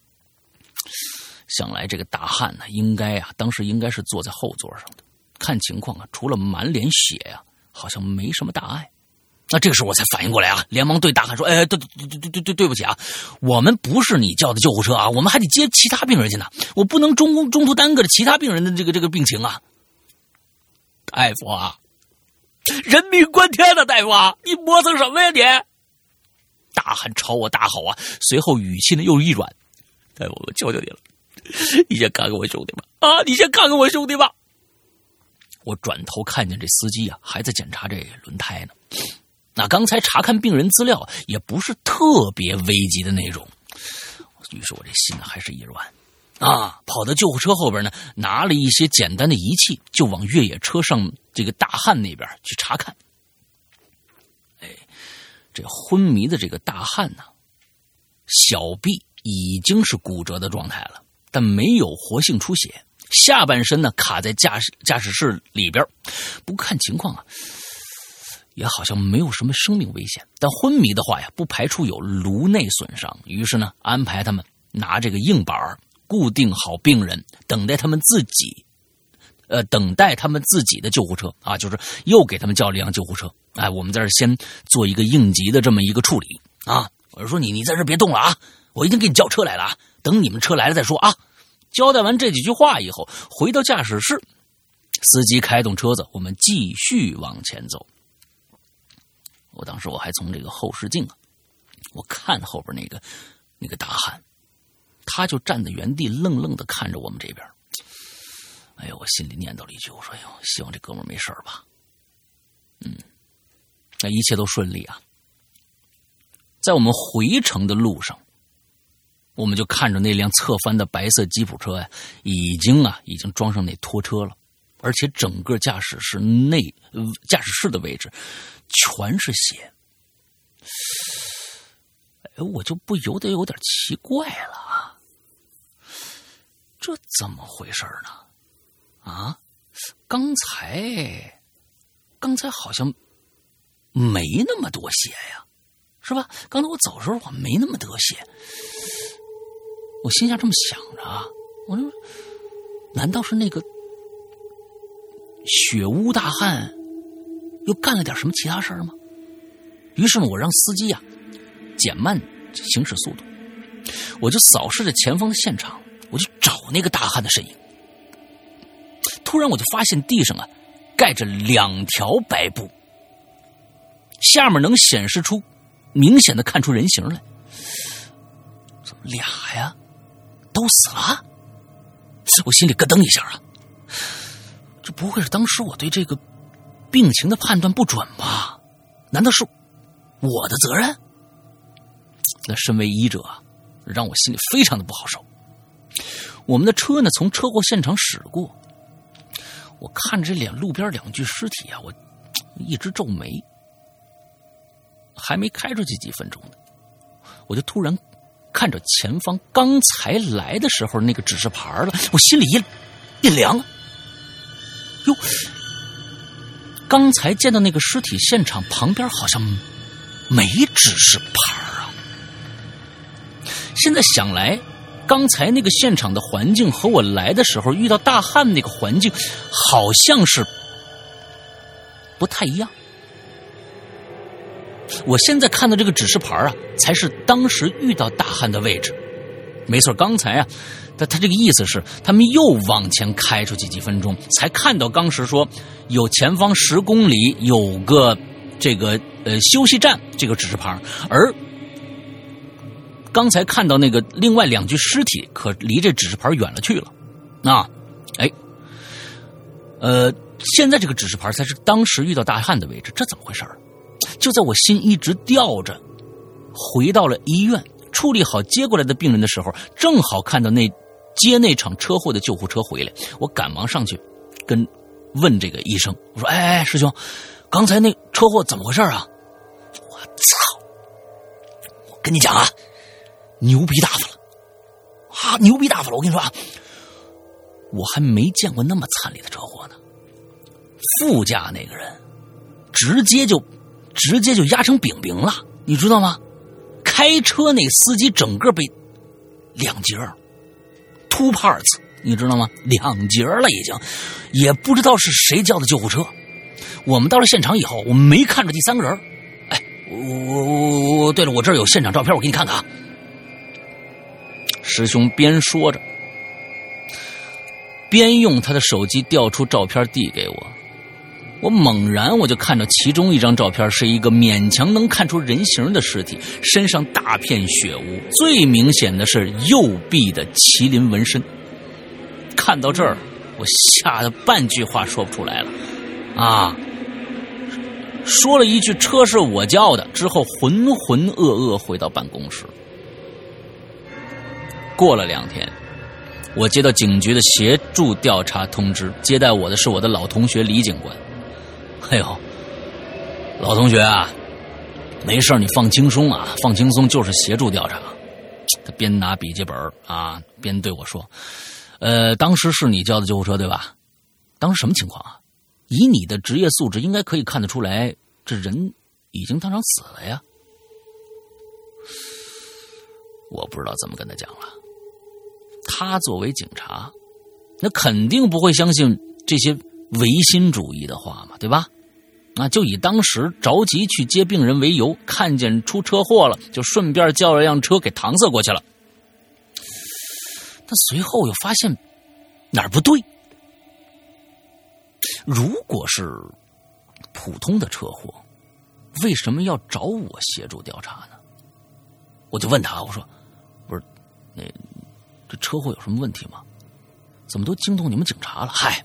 想来这个大汉呢，应该啊，当时应该是坐在后座上的。看情况啊，除了满脸血呀、啊，好像没什么大碍。那这个时候我才反应过来啊，连忙对大汉说：“哎，对对对对对对，对不起啊，我们不是你叫的救护车啊，我们还得接其他病人去呢，我不能中中途耽搁了其他病人的这个这个病情啊。”大夫啊，人命关天的大夫啊，你磨蹭什么呀你？大汉朝我大吼啊，随后语气呢又一软：“大夫，我求求你了。你先看看我兄弟吧！啊，你先看看我兄弟吧！”我转头看见这司机啊，还在检查这轮胎呢。那刚才查看病人资料也不是特别危急的那种，于是我这心还是一软啊，跑到救护车后边呢，拿了一些简单的仪器，就往越野车上这个大汉那边去查看。哎，这昏迷的这个大汉呢，小臂已经是骨折的状态了，但没有活性出血，下半身呢卡在驾驶驾驶室里边，不过看情况啊，也好像没有什么生命危险，但昏迷的话呀，不排除有颅内损伤。于是呢，安排他们拿这个硬板固定好病人，等待他们自己，呃，等待他们自己的救护车啊，就是又给他们叫了一辆救护车。哎，我们在这先做一个应急的这么一个处理啊。我就说你你在这别动了啊，我已经给你叫车来了啊，等你们车来了再说啊。交代完这几句话以后，回到驾驶室，司机开动车子，我们继续往前走。我当时我还从这个后视镜啊，我看后边那个那个大汉，他就站在原地愣愣的看着我们这边。哎呦，我心里念叨了一句，我说：“哎呦，希望这哥们儿没事吧。”嗯，那一切都顺利啊。在我们回程的路上，我们就看着那辆侧翻的白色吉普车呀，已经啊已经装上那拖车了，而且整个驾驶室内驾驶室的位置全是血。哎，我就不由得有点奇怪了啊，这怎么回事呢？啊，刚才刚才好像没那么多血呀，是吧？刚才我走的时候我没那么多血。我心下这么想着啊，我说难道是那个血污大汉又干了点什么其他事儿吗？于是呢，我让司机啊减慢行驶速度，我就扫视着前方的现场，我就找那个大汉的身影。突然我就发现地上啊盖着两条白布，下面能显示出明显的看出人形来。俩呀都死了，我心里咯噔一下啊，这不会是当时我对这个病情的判断不准吧？难道是我的责任？那身为医者啊，让我心里非常的不好受。我们的车呢从车祸现场驶过，我看着这脸路边两具尸体啊，我一直皱眉。还没开出去几分钟呢，我就突然看着前方刚才来的时候那个指示牌了，我心里一一凉。 哟，刚才见到那个尸体现场旁边好像没指示牌啊。现在想来，刚才那个现场的环境和我来的时候遇到大汉那个环境好像是不太一样。我现在看到这个指示牌啊，才是当时遇到大汉的位置。没错，刚才啊，他他这个意思是，他们又往前开出去几分钟，才看到当时说有前方十公里有个这个呃休息站这个指示牌，而刚才看到那个另外两具尸体，可离这指示牌远了去了。啊，哎，呃，现在这个指示牌才是当时遇到大汉的位置，这怎么回事？就在我心一直吊着，回到了医院。处理好接过来的病人的时候，正好看到那接那场车祸的救护车回来，我赶忙上去跟问这个医生，我说：“哎，师兄，刚才那车祸怎么回事啊？”我操！我跟你讲啊，牛逼大发了啊，牛逼大发了！我跟你说啊，我还没见过那么惨烈的车祸呢。副驾那个人直接就直接就压成饼饼了，你知道吗？开车那司机整个被两截 two parts， 你知道吗？两截了已经，也不知道是谁叫的救护车。我们到了现场以后，我们没看着第三个人。哎，我我我我，对了，我这儿有现场照片，我给你看看啊。师兄边说着，边用他的手机调出照片递给我。我猛然我就看到其中一张照片是一个勉强能看出人形的尸体，身上大片血污，最明显的是右臂的麒麟纹身。看到这儿，我吓得半句话说不出来了啊！说了一句车是我叫的之后，浑浑噩噩回到办公室。过了两天，我接到警局的协助调查通知，接待我的是我的老同学李警官。哎呦，老同学啊，没事你放轻松啊，放轻松，就是协助调查。他边拿笔记本啊，边对我说：“呃，当时是你叫的救护车对吧？当时什么情况啊？以你的职业素质，应该可以看得出来，这人已经当场死了呀。”我不知道怎么跟他讲了。他作为警察，那肯定不会相信这些唯心主义的话嘛，对吧？那就以当时着急去接病人为由，看见出车祸了，就顺便叫了辆车给搪塞过去了。但随后又发现哪儿不对。如果是普通的车祸，为什么要找我协助调查呢？我就问他，我说：“不是，那这车祸有什么问题吗？怎么都惊动你们警察了？”嗨，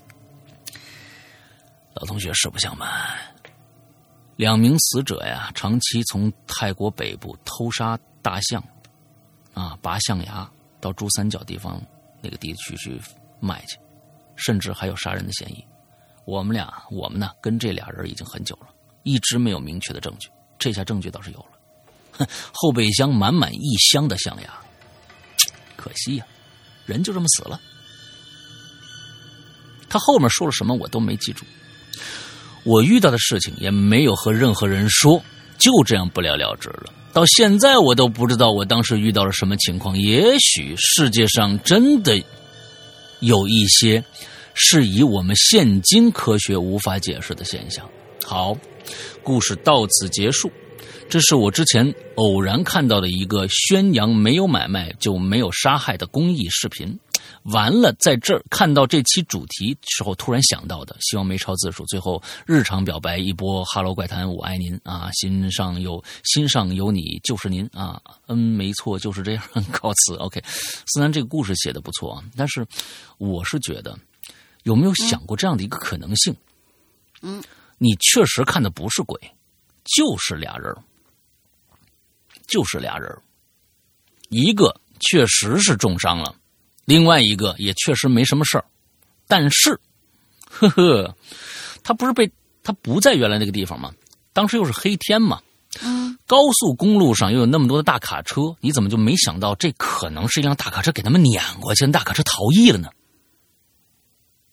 老同学实不相瞒，两名死者呀，长期从泰国北部偷杀大象，啊，拔象牙到珠三角地方那个地区去卖去，甚至还有杀人的嫌疑。我们俩，我们呢，跟这俩人已经很久了，一直没有明确的证据。这下证据倒是有了，哼，后备箱满满一箱的象牙，可惜呀、啊，人就这么死了。他后面说了什么我都没记住。我遇到的事情也没有和任何人说，就这样不了了之了。到现在我都不知道我当时遇到了什么情况。也许世界上真的有一些是以我们现今科学无法解释的现象。好，故事到此结束。这是我之前偶然看到的一个宣扬没有买卖就没有杀害的公益视频。完了，在这儿看到这期主题时候突然想到的，希望没超字数。最后日常表白一波，哈喽怪谈，我爱您啊，心上有心上有你就是您啊，嗯，没错，就是这样，告辞。OK， 思南这个故事写的不错啊，但是我是觉得，有没有想过这样的一个可能性？嗯，你确实看的不是鬼，就是俩人，就是俩人，一个确实是重伤了。另外一个也确实没什么事儿，但是，呵呵，他不是被他不在原来那个地方吗？当时又是黑天嘛，嗯，高速公路上又有那么多的大卡车，你怎么就没想到这可能是一辆大卡车给他们撵过去，大卡车逃逸了呢？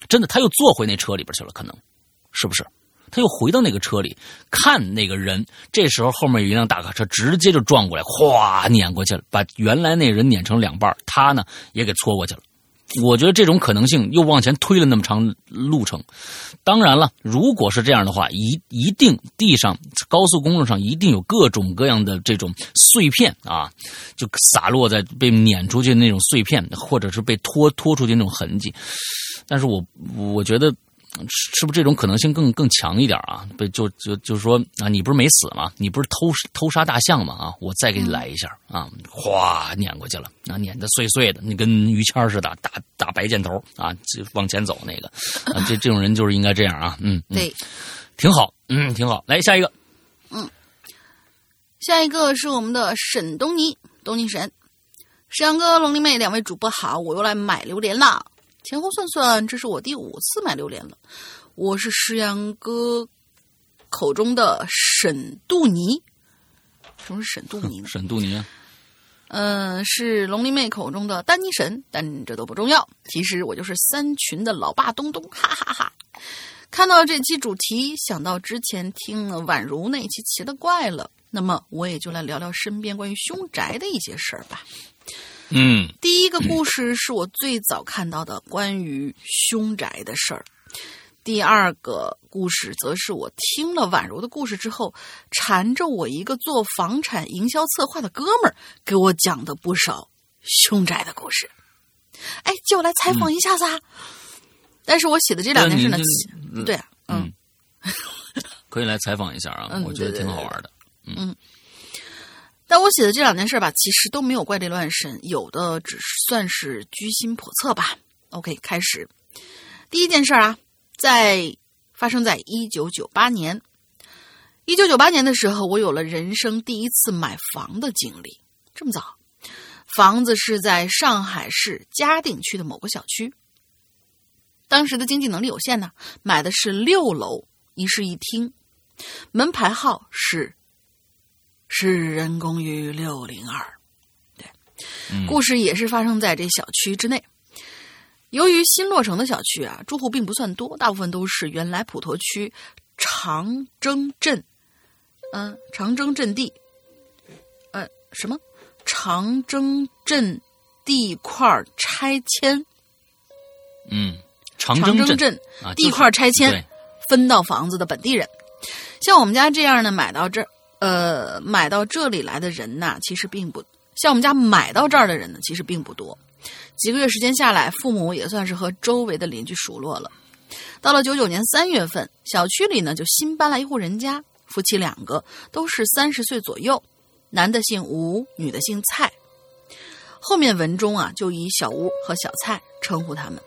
真的，他又坐回那车里边去了，可能是不是？他又回到那个车里看那个人，这时候后面有一辆大卡车直接就撞过来，哗碾过去了，把原来那人碾成两半，他呢也给戳过去了。我觉得这种可能性又往前推了那么长路程。当然了，如果是这样的话，一一定地上高速公路上一定有各种各样的这种碎片啊，就洒落在被碾出去的那种碎片，或者是被拖拖出去那种痕迹。但是我我觉得是不是这种可能性更更强一点啊？被就就就是说啊，你不是没死吗？你不是偷偷杀大象吗？啊，我再给你来一下啊！哗，碾过去了，啊，碾得碎碎的，你跟于谦似的，大大白箭头啊，就往前走那个啊，这这种人就是应该这样啊，嗯，嗯对， 挺好，嗯，挺好。来下一个， 嗯，下一个是我们的沈东尼，东尼神，沈阳哥、龙灵妹两位主播好，我又来买榴莲啦。前后算算，这是我第五次买榴莲了。我是石阳哥口中的沈杜尼，什么是沈杜尼呢？ 沈杜尼啊， 嗯、呃，是龙灵妹口中的丹尼神，但这都不重要。其实我就是三群的老爸东东，哈哈哈。看到这期主题，想到之前听了宛如那期奇了怪了，那么我也就来聊聊身边关于凶宅的一些事儿吧。 嗯， 第一个故事是我最早看到的关于凶宅的事儿。第二个故事则是我听了宛如的故事之后，缠着我一个做房产营销策划的哥们儿给我讲的不少凶宅的故事。哎，就来采访一下子啊！嗯、但是我写的这两件事呢，对啊，嗯， 嗯可以来采访一下啊， 嗯、 我觉得挺好玩的。 嗯。嗯但我写的这两件事吧，其实都没有怪力乱神，有的只算是居心叵测吧。OK， 开始。第一件事啊，在发生在一九九八年。一九九八年的时候，我有了人生第一次买房的经历。这么早，房子是在上海市嘉定区的某个小区。当时的经济能力有限呢，买的是六楼一室一厅，门牌号是世人公寓六零二，对、嗯，故事也是发生在这小区之内。由于新落成的小区啊，住户并不算多，大部分都是原来普陀区长征镇，嗯、呃，长征镇地，呃，什么长征镇地块拆迁， 嗯， 长征镇镇地块拆迁、啊、分到房子的本地人，像我们家这样呢，买到这儿。呃，买到这里来的人呢，其实并不像我们家买到这儿的人呢，其实并不多。几个月时间下来，父母也算是和周围的邻居熟络了。到了九九年三月份，小区里呢就新搬来一户人家，夫妻两个都是三十岁左右，男的姓吴，女的姓蔡。后面文中啊，就以小吴和小蔡称呼他们。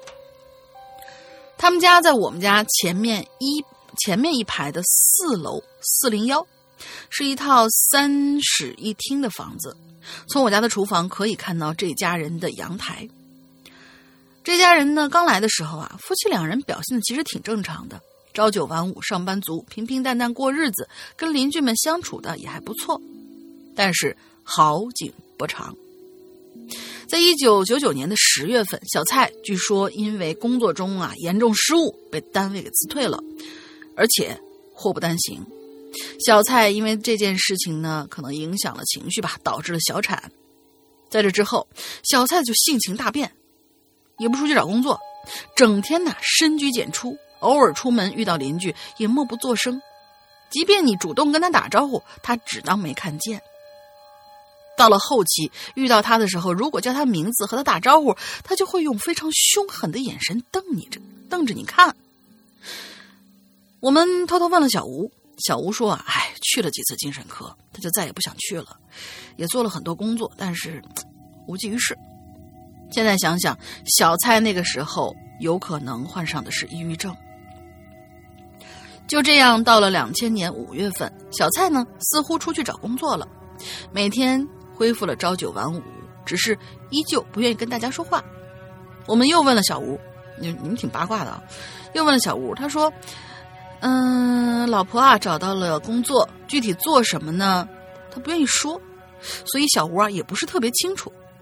他们家在我们家前面一前面一排的四楼四零幺。是一套三室一厅的房子，从我家的厨房可以看到这家人的阳台。这家人呢，刚来的时候啊，夫妻两人表现的其实挺正常的，朝九晚五，上班族，平平淡淡过日子，跟邻居们相处的也还不错。但是好景不长，在一九九九年的十月份，小蔡据说因为工作中啊严重失误，被单位给辞退了，而且祸不单行。小蔡因为这件事情呢，可能影响了情绪吧，导致了小产。在这之后，小蔡就性情大变，也不出去找工作，整天呢深居简出，偶尔出门遇到邻居也默不作声，即便你主动跟他打招呼，他只当没看见。到了后期遇到他的时候，如果叫他名字和他打招呼，他就会用非常凶狠的眼神瞪你着，瞪着你看。我们偷偷问了小吴，小吴说啊，哎，去了几次精神科，他就再也不想去了，也做了很多工作，但是无济于事。现在想想，小蔡那个时候有可能患上的是抑郁症。就这样，到了两千年五月份，小蔡呢似乎出去找工作了，每天恢复了朝九晚五，只是依旧不愿意跟大家说话。我们又问了小吴，你你们挺八卦的啊，又问了小吴，他说嗯，老婆啊找到了工作，具体做什么呢他不愿意说，所以小吴啊也不是特别清楚。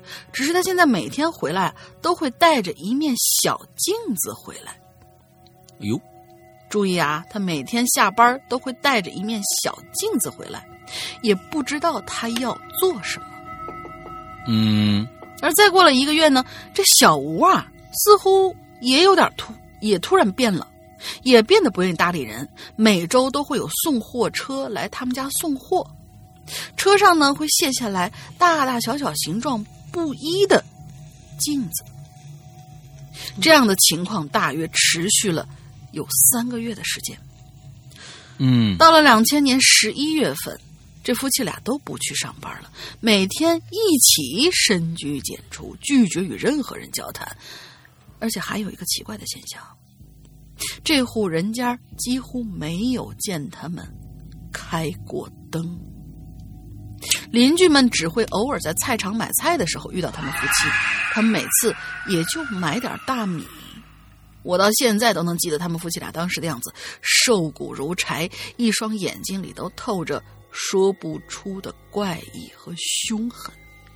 只是他现在每天回来都会带着一面小镜子回来。 哟， 注意啊，他每天下班都会带着一面小镜子回来，也不知道他要做什么。 嗯， 而再过了一个月呢，这小吴啊，似乎也有点突，也突然变了，也变得不愿意搭理人。每周都会有送货车来他们家送货，车上呢会卸下来大大小小形状不一的镜子。这样的情况大约持续了有三个月的时间。 嗯， 到了两千年十一月份，这夫妻俩都不去上班了，每天一起深居简出，拒绝与任何人交谈。而且还有一个奇怪的现象，这户人家几乎没有见他们开过灯。邻居们只会偶尔在菜场买菜的时候遇到他们夫妻，他们每次也就买点大米。我到现在都能记得他们夫妻俩当时的样子，瘦骨如柴，一双眼睛里都透着说不出的怪异和凶狠。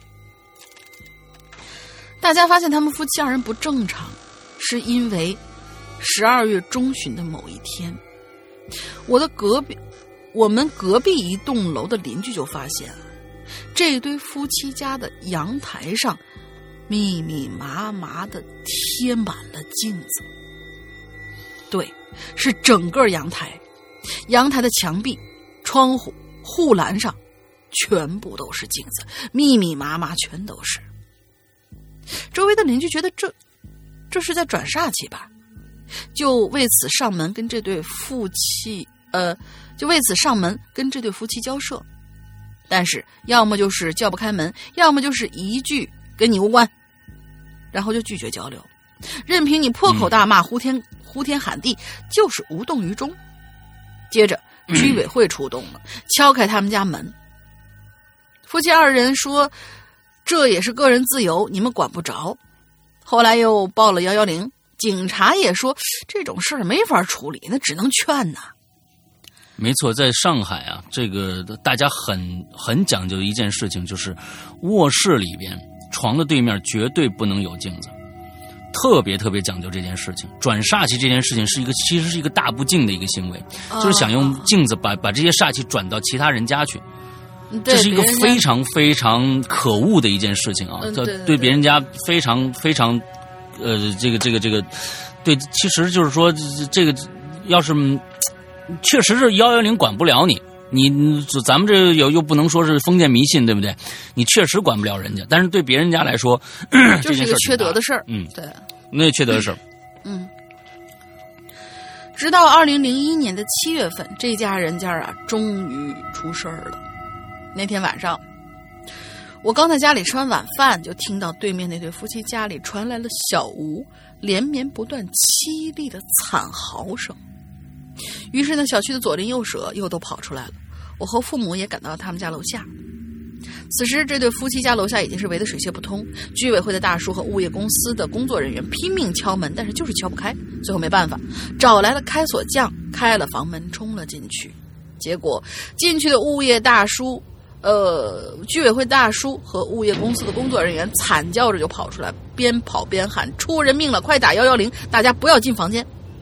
大家发现他们夫妻二人不正常，是因为十二月中旬的某一天，我的隔壁我们隔壁一栋楼的邻居就发现了，这对夫妻家的阳台上密密麻麻的贴满了镜子。对，是整个阳台，阳台的墙壁、窗户、护栏上全部都是镜子，密密麻麻全都是。周围的邻居觉得这这是在转煞气吧，就为此上门跟这对夫妻呃就为此上门跟这对夫妻交涉。但是要么就是叫不开门，要么就是一句跟你无关，然后就拒绝交流，任凭你破口大骂、呼天呼天喊地，就是无动于衷。接着居委会出动了，敲开他们家门。夫妻二人说这也是个人自由，你们管不着。后来又报了一一零，警察也说这种事儿没法处理，那只能劝呐。 没错，在上海啊，这个大家很很讲究一件事情，就是卧室里边床的对面绝对不能有镜子，特别特别讲究这件事情。转煞气这件事情是一个其实是一个大不敬的一个行为，哦、就是想用镜子把把这些煞气转到其他人家去。这是一个非常非常可恶的一件事情啊！ 嗯、对, 对, 对, 对别人家非常非常，呃，这个这个这个，对，其实就是说，这个要是确实是幺幺零管不了你，你咱们这有又不能说是封建迷信，对不对？你确实管不了人家，但是对别人家来说， 就是一个缺德的事儿。 嗯， 对， 那缺德的事儿。 嗯，直到二零零一年的七月份，这家人家啊，终于出事儿了。那天晚上，我刚在家里吃完晚饭，就听到对面那对夫妻家里传来了小吴连绵不断凄厉的惨嚎声。于是呢，小区的左邻右舍又都跑出来了，我和父母也赶到了他们家楼下。此时这对夫妻家楼下已经是围得水泄不通，居委会的大叔和物业公司的工作人员拼命敲门，但是就是敲不开。最后没办法，找来了开锁匠，开了房门冲了进去。结果进去的物业大叔呃，居委会大叔和物业公司的工作人员惨叫着就跑出来，边跑边喊：“出人命了，快打一一零，大家不要进房间。”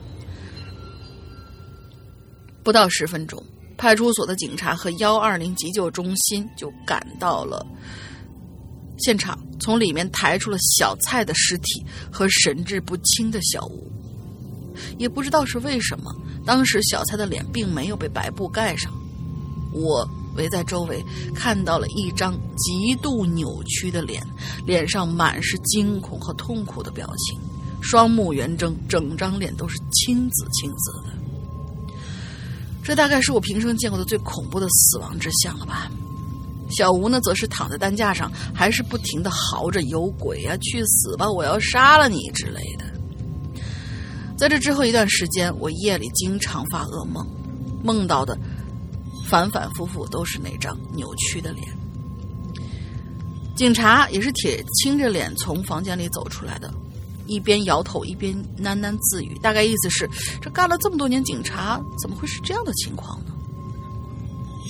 不到十分钟，派出所的警察和一二零急救中心就赶到了现场，从里面抬出了小蔡的尸体和神志不清的小吴。也不知道是为什么，当时小蔡的脸并没有被白布盖上。我围在周围，看到了一张极度扭曲的脸，脸上满是惊恐和痛苦的表情，双目圆睁，整张脸都是青紫青紫的。这大概是我平生见过的最恐怖的死亡之相了吧。小吴呢，则是躺在担架上，还是不停地嚎着：“有鬼啊，去死吧，我要杀了你”之类的。在这之后一段时间，我夜里经常发噩梦，梦到的反反复复都是那张扭曲的脸。警察也是铁青着脸从房间里走出来的，一边摇头一边喃喃自语，大概意思是这干了这么多年警察，怎么会是这样的情况呢？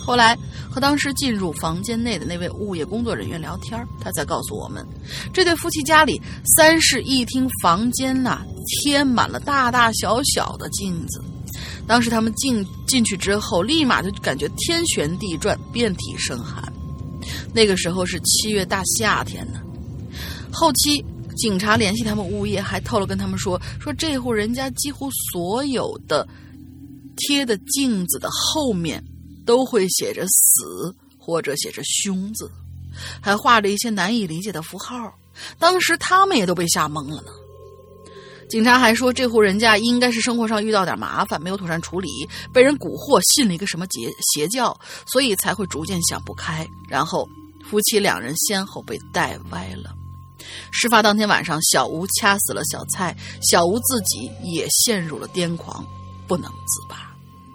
后来和当时进入房间内的那位物业工作人员聊天，他才告诉我们，这对夫妻家里三室一厅房间呐、啊，贴满了大大小小的镜子。当时他们进进去之后，立马就感觉天旋地转，遍体生寒。那个时候是七月大夏天呢。后期警察联系他们物业，还透露跟他们说，说这户人家几乎所有的贴的镜子的后面都会写着死或者写着凶字，还画着一些难以理解的符号。当时他们也都被吓懵了呢。警察还说，这户人家应该是生活上遇到点麻烦，没有妥善处理，被人蛊惑，信了一个什么邪邪教，所以才会逐渐想不开，然后夫妻两人先后被带歪了。事发当天晚上，小吴掐死了小蔡，小吴自己也陷入了癫狂，不能自拔。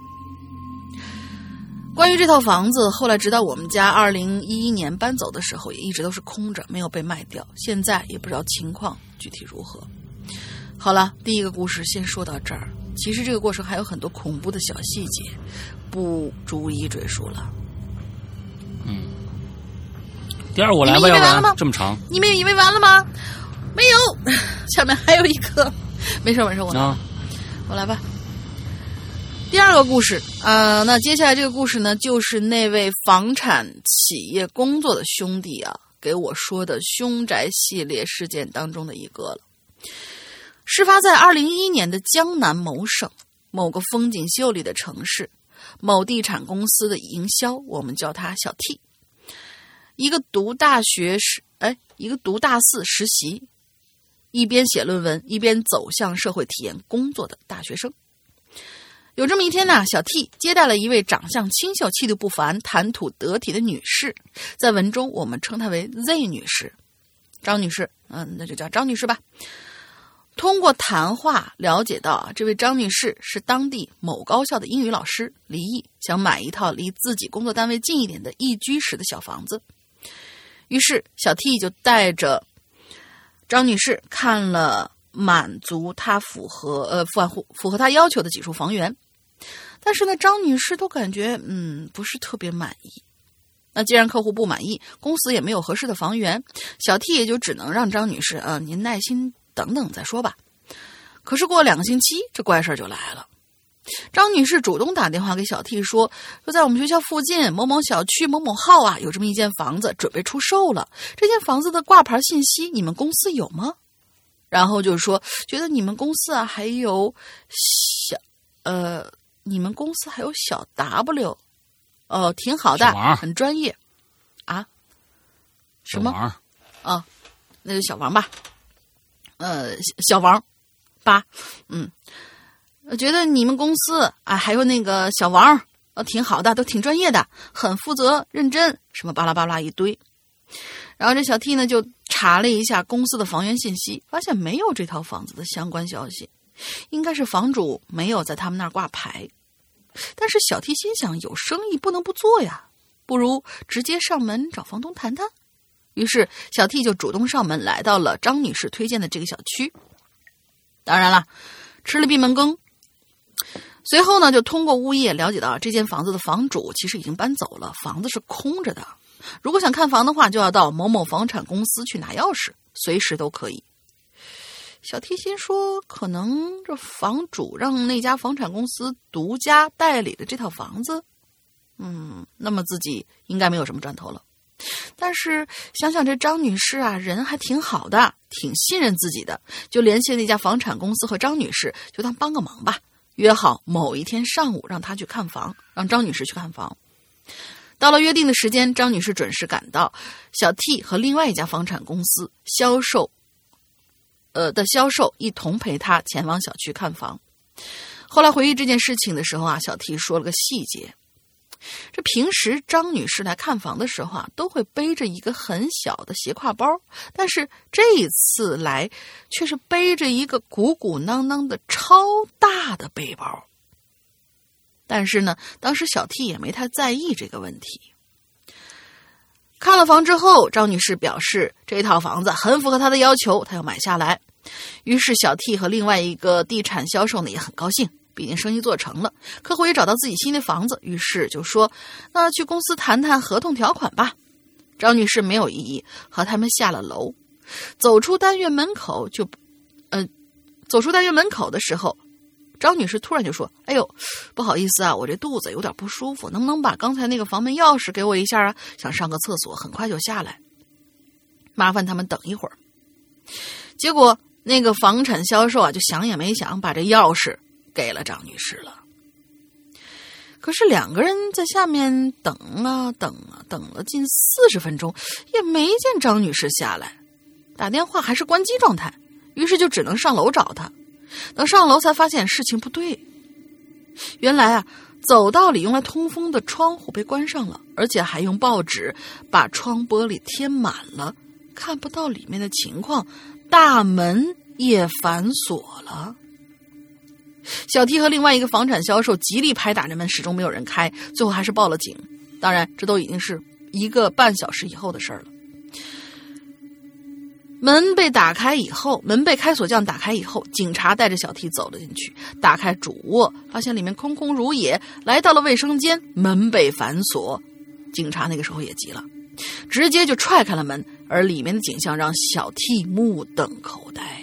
关于这套房子，后来直到我们家二零一一年搬走的时候，也一直都是空着，没有被卖掉，现在也不知道情况具体如何。好了，第一个故事先说到这儿。其实这个过程还有很多恐怖的小细节，不逐一赘述了。 嗯，第二我来吧，要不然这么长。 你们以为完了吗？没有，下面还有一个。没事没事，我来、啊、我来吧。第二个故事，呃，那接下来这个故事呢，就是那位房产企业工作的兄弟啊，给我说的凶宅系列事件当中的一个了。事发在二零一一年的江南某省某个风景秀丽的城市，某地产公司的营销，我们叫他小 T， 一个读大学时，哎，一个读大四实习，一边写论文一边走向社会体验工作的大学生。有这么一天呢，小 T 接待了一位长相清秀、气度不凡、谈吐得体的女士，在文中我们称她为 Z 女士，张女士，嗯，那就叫张女士吧。通过谈话了解到，这位张女士是当地某高校的英语老师，离异，想买一套离自己工作单位近一点的一居室的小房子。于是小 T 就带着张女士看了满足她符合呃符合符合她要求的几处房源，但是呢，张女士都感觉嗯不是特别满意。那既然客户不满意，公司也没有合适的房源，小 T 也就只能让张女士呃您耐心等等再说吧。可是过两个星期，这怪事就来了。张女士主动打电话给小 T 说，说在我们学校附近某某小区某某号啊，有这么一间房子准备出售了。这间房子的挂牌信息你们公司有吗？然后就说觉得你们公司啊还有小呃你们公司还有小 W， 哦，挺好的，很专业啊。什么？啊、哦，那就小王吧。呃，小王八，嗯，我觉得你们公司啊，还有那个小王，呃，挺好的，都挺专业的，很负责认真，什么巴拉巴拉一堆。然后这小 T 呢就查了一下公司的房源信息，发现没有这套房子的相关消息，应该是房主没有在他们那儿挂牌。但是小 T 心想，有生意不能不做呀，不如直接上门找房东谈谈。于是小 T 就主动上门，来到了张女士推荐的这个小区。当然了，吃了闭门羹。随后呢，就通过物业了解到，这间房子的房主其实已经搬走了，房子是空着的。如果想看房的话，就要到某某房产公司去拿钥匙，随时都可以。小 T 心说，可能这房主让那家房产公司独家代理的这套房子，嗯，那么自己应该没有什么赚头了。但是想想这张女士啊，人还挺好的，挺信任自己的，就联系那家房产公司和张女士，就当帮个忙吧，约好某一天上午让她去看房，让张女士去看房。到了约定的时间，张女士准时赶到，小 T 和另外一家房产公司销售呃的销售一同陪她前往小区看房。后来回忆这件事情的时候啊，小 T 说了个细节。这平时张女士来看房的时候啊，都会背着一个很小的斜挎包，但是这一次来却是背着一个鼓鼓囊囊的超大的背包。但是呢，当时小 T 也没太在意这个问题。看了房之后，张女士表示这套房子很符合她的要求，她要买下来。于是小 T 和另外一个地产销售呢也很高兴， 毕竟生意做成了，客户也找到自己新的房子，于是就说那去公司谈谈合同条款吧。张女士没有异议，和他们下了楼，走出单元门口就呃，走出单元门口的时候，张女士突然就说，哎呦，不好意思啊，我这肚子有点不舒服，能不能把刚才那个房门钥匙给我一下啊？想上个厕所，很快就下来，麻烦他们等一会儿。结果那个房产销售啊，就想也没想，把这钥匙给了张女士了。可是两个人在下面等啊等啊等了近四十分钟，也没见张女士下来，打电话还是关机状态，于是就只能上楼找她。等上楼才发现事情不对，原来啊，走道里用来通风的窗户被关上了，而且还用报纸把窗玻璃贴满了，看不到里面的情况，大门也反锁了。小 T 和另外一个房产销售极力拍打着门，始终没有人开，最后还是报了警。当然这都已经是一个半小时以后的事了。门被打开以后，门被开锁匠打开以后，警察带着小 T 走了进去，打开主卧，发现里面空空如也，来到了卫生间，门被反锁。警察那个时候也急了，直接就踹开了门，而里面的景象让小 T 目瞪口呆。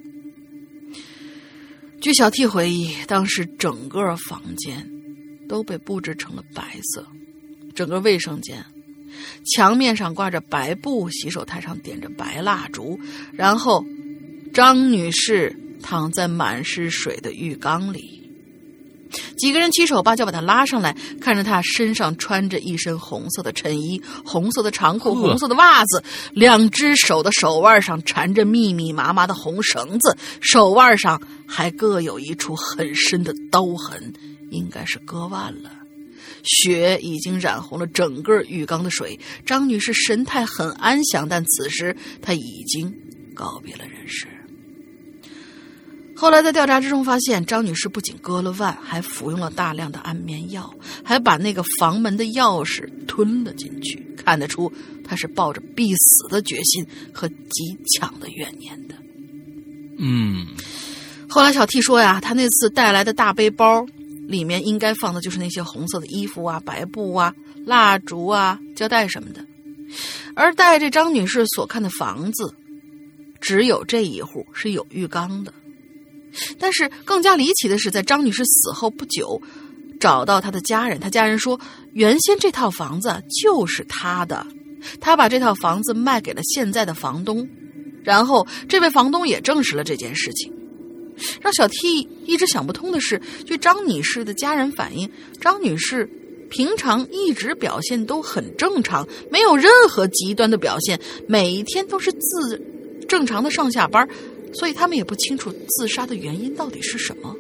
据小 T 回忆，当时整个房间都被布置成了白色，整个卫生间墙面上挂着白布，洗手台上点着白蜡烛，然后张女士躺在满是水的浴缸里，几个人七手八脚把她拉上来，看着她身上穿着一身红色的衬衣，红色的长裤，红色的袜子，两只手的手腕上缠着密密麻麻的红绳子，手腕上还各有一处很深的刀痕，应该是割腕了。血已经染红了整个浴缸的水，张女士神态很安详，但此时她已经告别了人世。后来在调查之中发现，张女士不仅割了腕，还服用了大量的安眠药，还把那个房门的钥匙吞了进去，看得出她是抱着必死的决心和极强的怨念的。 嗯， 后来小 T 说呀，他那次带来的大背包里面应该放的就是那些红色的衣服啊、白布啊、蜡烛啊、胶带什么的，而带这张女士所看的房子只有这一户是有浴缸的。但是更加离奇的是，在张女士死后不久，找到她的家人，她家人说原先这套房子就是她的，她把这套房子卖给了现在的房东，然后这位房东也证实了这件事情。让小 T 一直想不通的是，据张女士的家人反映，张女士平常一直表现都很正常，没有任何极端的表现，每一天都是自正常的上下班，所以他们也不清楚自杀的原因到底是什么。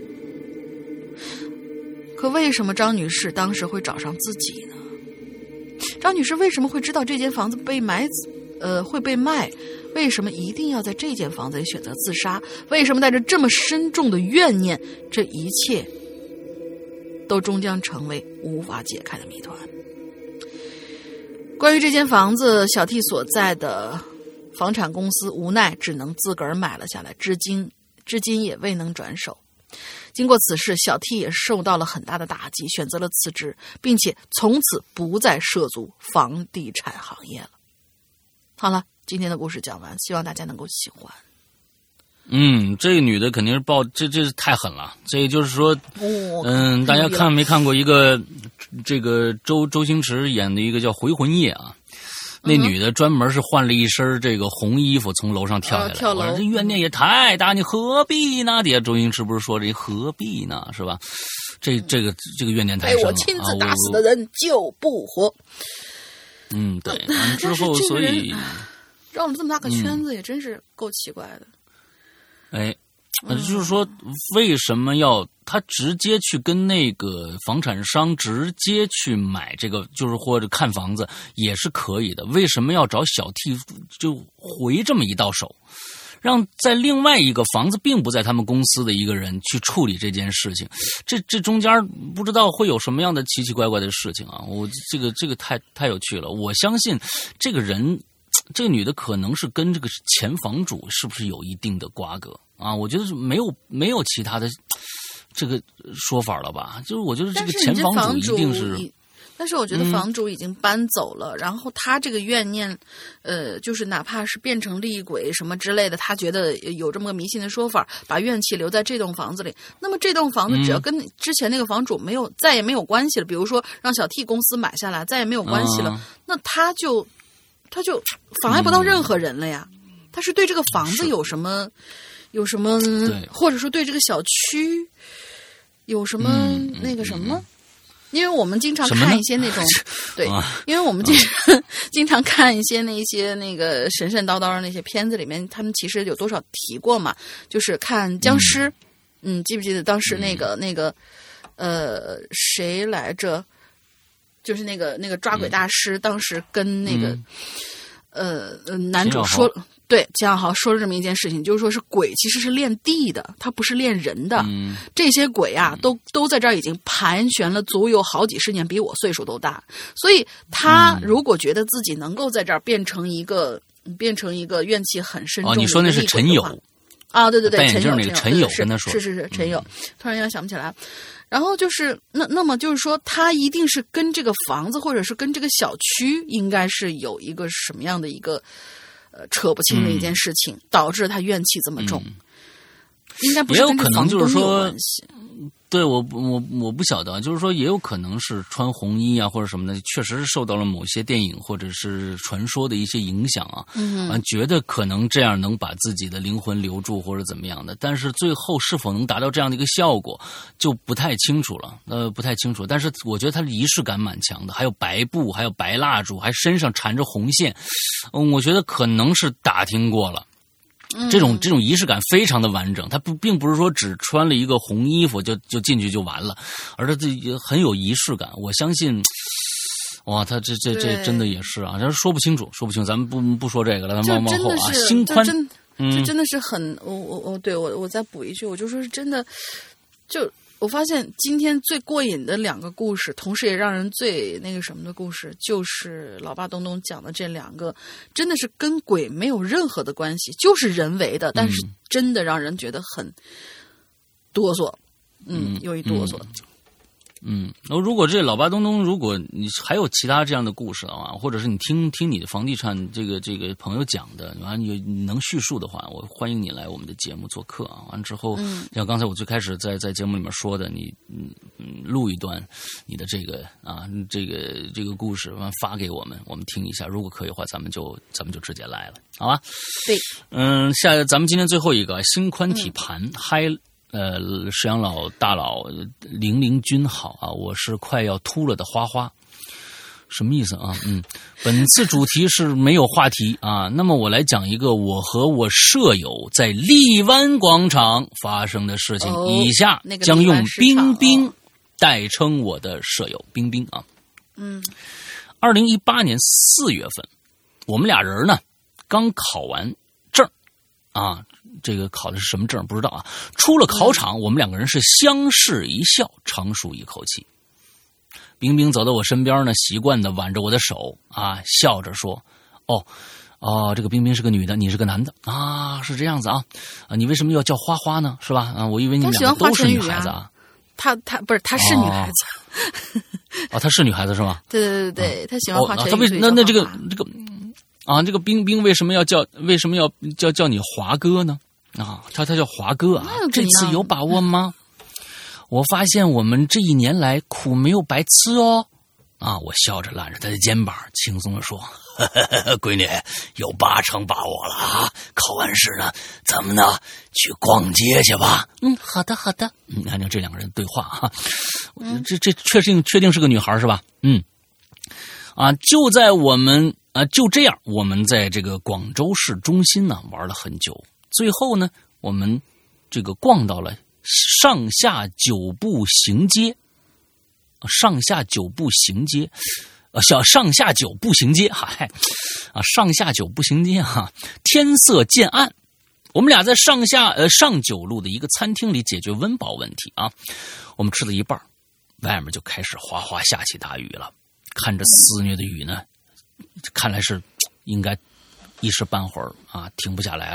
可为什么张女士当时会找上自己呢？张女士为什么会知道这间房子被买呃会被卖？为什么一定要在这间房子里选择自杀？为什么带着这么深重的怨念？这一切都终将成为无法解开的谜团。关于这间房子，小 T 所在的房产公司无奈只能自个儿买了下来，至今至今也未能转手。经过此事，小 T 也受到了很大的打击，选择了辞职，并且从此不再涉足房地产行业了。好了，今天的故事讲完，希望大家能够喜欢。 嗯，这个女的肯定是爆，这这是太狠了。这个就是说，哦、嗯，大家看没看过一个这个周周星驰演的一个叫《回魂夜》啊？那女的专门是换了一身这个红衣服从楼上跳下来，呃、跳楼，这怨念也太大，你何必呢？底下周星驰不是说这何必呢？是吧？这这个这个怨念太深了。被我亲自打死的人就不活。 嗯，对。完之后，所以绕了这么大个圈子，也真是够奇怪的。 嗯、哎。呃，就是说，为什么要他直接去跟那个房产商直接去买这个，就是或者看房子也是可以的？为什么要找小 T 就回这么一道手，让在另外一个房子并不在他们公司的一个人去处理这件事情？这这中间不知道会有什么样的奇奇怪怪的事情啊！我这个这个太太有趣了。我相信这个人，这个女的可能是跟这个前房主是不是有一定的瓜葛？啊，我觉得是没有没有其他的， 这个说法了吧？就是我觉得这个但是前你这房主一定是。 但是我觉得嗯房主已经搬走了，然后他这个怨念，呃，就是哪怕是变成厉鬼什么之类的，他觉得有这么个迷信的说法，把怨气留在这栋房子里。那么这栋房子只要跟之前那个房主没有、嗯、再也没有关系了，比如说让小 T 公司买下来，再也没有关系了，啊、那他就他就妨碍不到任何人了呀。嗯、他是对这个房子有什么有什么，或者说对这个小区有什么那个什么？嗯嗯因为我们经常看一些那种，对，因为我们经常、啊、经常看一些那些那个神神叨叨的那些片子里面，他们其实有多少提过嘛？就是看僵尸，嗯，嗯记不记得当时那个、嗯、那个呃谁来着？就是那个那个抓鬼大师，嗯、当时跟那个、嗯、呃男主说。对，钱小豪说了这么一件事情，就是说是鬼其实是练地的，他不是练人的。嗯、这些鬼啊，都都在这儿已经盘旋了足有好几十年，比我岁数都大。所以他如果觉得自己能够在这儿变成一个、嗯、变成一个怨气很深重的， 哦，你说那是陈友啊？对对对，陈友那个陈友跟他说， 是是是陈友，嗯、突然间想不起来。然后就是那那么就是说，他一定是跟这个房子或者是跟这个小区，应该是有一个什么样的一个。呃，扯不清的一件事情，嗯、导致他怨气这么重，嗯、应该不是跟这房东有关系。 对，我我我不晓得，就是说也有可能是穿红衣啊或者什么的，确实是受到了某些电影或者是传说的一些影响啊，嗯、啊，觉得可能这样能把自己的灵魂留住或者怎么样的，但是最后是否能达到这样的一个效果就不太清楚了，呃，不太清楚。但是我觉得它的仪式感蛮强的，还有白布，还有白蜡烛，还身上缠着红线，嗯，我觉得可能是打听过了。这种这种仪式感非常的完整，它不并不是说只穿了一个红衣服就就进去就完了，而它这很有仪式感。我相信，哇，他这这这真的也是啊，这说不清楚，说不清楚，咱们不不说这个了，咱们往往后啊。心宽， 这真这真的是很，我我我对我我再补一句，我就说是真的，就。我发现今天最过瘾的两个故事，同时也让人最那个什么的故事，就是老爸东东讲的这两个，真的是跟鬼没有任何的关系，就是人为的，但是真的让人觉得很哆嗦，嗯，有一哆嗦。 嗯，然后如果这老爸东东，如果你还有其他这样的故事的话，或者是你听听你的房地产这个这个朋友讲的，完你你能叙述的话，我欢迎你来我们的节目做客啊。完之后，嗯，像刚才我最开始在在节目里面说的，你嗯嗯录一段你的这个啊这个这个故事，完发给我们，我们听一下。如果可以的话，咱们就咱们就直接来了，好吧？ 对， 嗯，下咱们今天最后一个心宽体盘、嗯、嗨。呃，石阳老大佬零零君好啊，我是快要秃了的花花，什么意思啊？嗯，本次主题是没有话题啊，那么我来讲一个我和我舍友在荔湾广场发生的事情，哦、以下将用冰冰代称我的舍友冰冰啊。 嗯， 二零一八年四月份，我们俩人呢刚考完证啊。这个考的是什么证不知道啊。出了考场，我们两个人是相视一笑，长舒一口气。冰冰走到我身边呢，习惯的挽着我的手啊，笑着说：“哦，哦，这个冰冰是个女的，你是个男的啊，是这样子啊啊，你为什么要叫花花呢？是吧？啊，我以为你们两个都是女孩子啊。 她她不是她是女孩子。 哦，她是女孩子是吗？ 对对对对，她喜欢华晨宇。 她为那那这个这个啊，这个冰冰为什么要叫为什么要叫叫你华哥呢？”啊，他他叫华哥啊，这次有把握吗？我发现我们这一年来苦没有白吃哦。啊，我笑着揽着他的肩膀，轻松的说：“呵呵呵闺女，有八成把握了啊！考完试呢，咱们呢去逛街去吧。”嗯，好的好的。嗯，按照这两个人对话哈、啊，嗯、这这确定确定是个女孩是吧？嗯，啊，就在我们啊就这样，我们在这个广州市中心呢玩了很久。最后呢，我们这个逛到了上下九步行街，上下九步行街，呃，小上下九步行街，嗨，啊，上下九步行街哈、啊，天色渐暗，我们俩在上下呃上九路的一个餐厅里解决温饱问题啊。我们吃了一半，外面就开始哗哗下起大雨了。看着肆虐的雨呢，看来是应该一时半会儿啊停不下来了。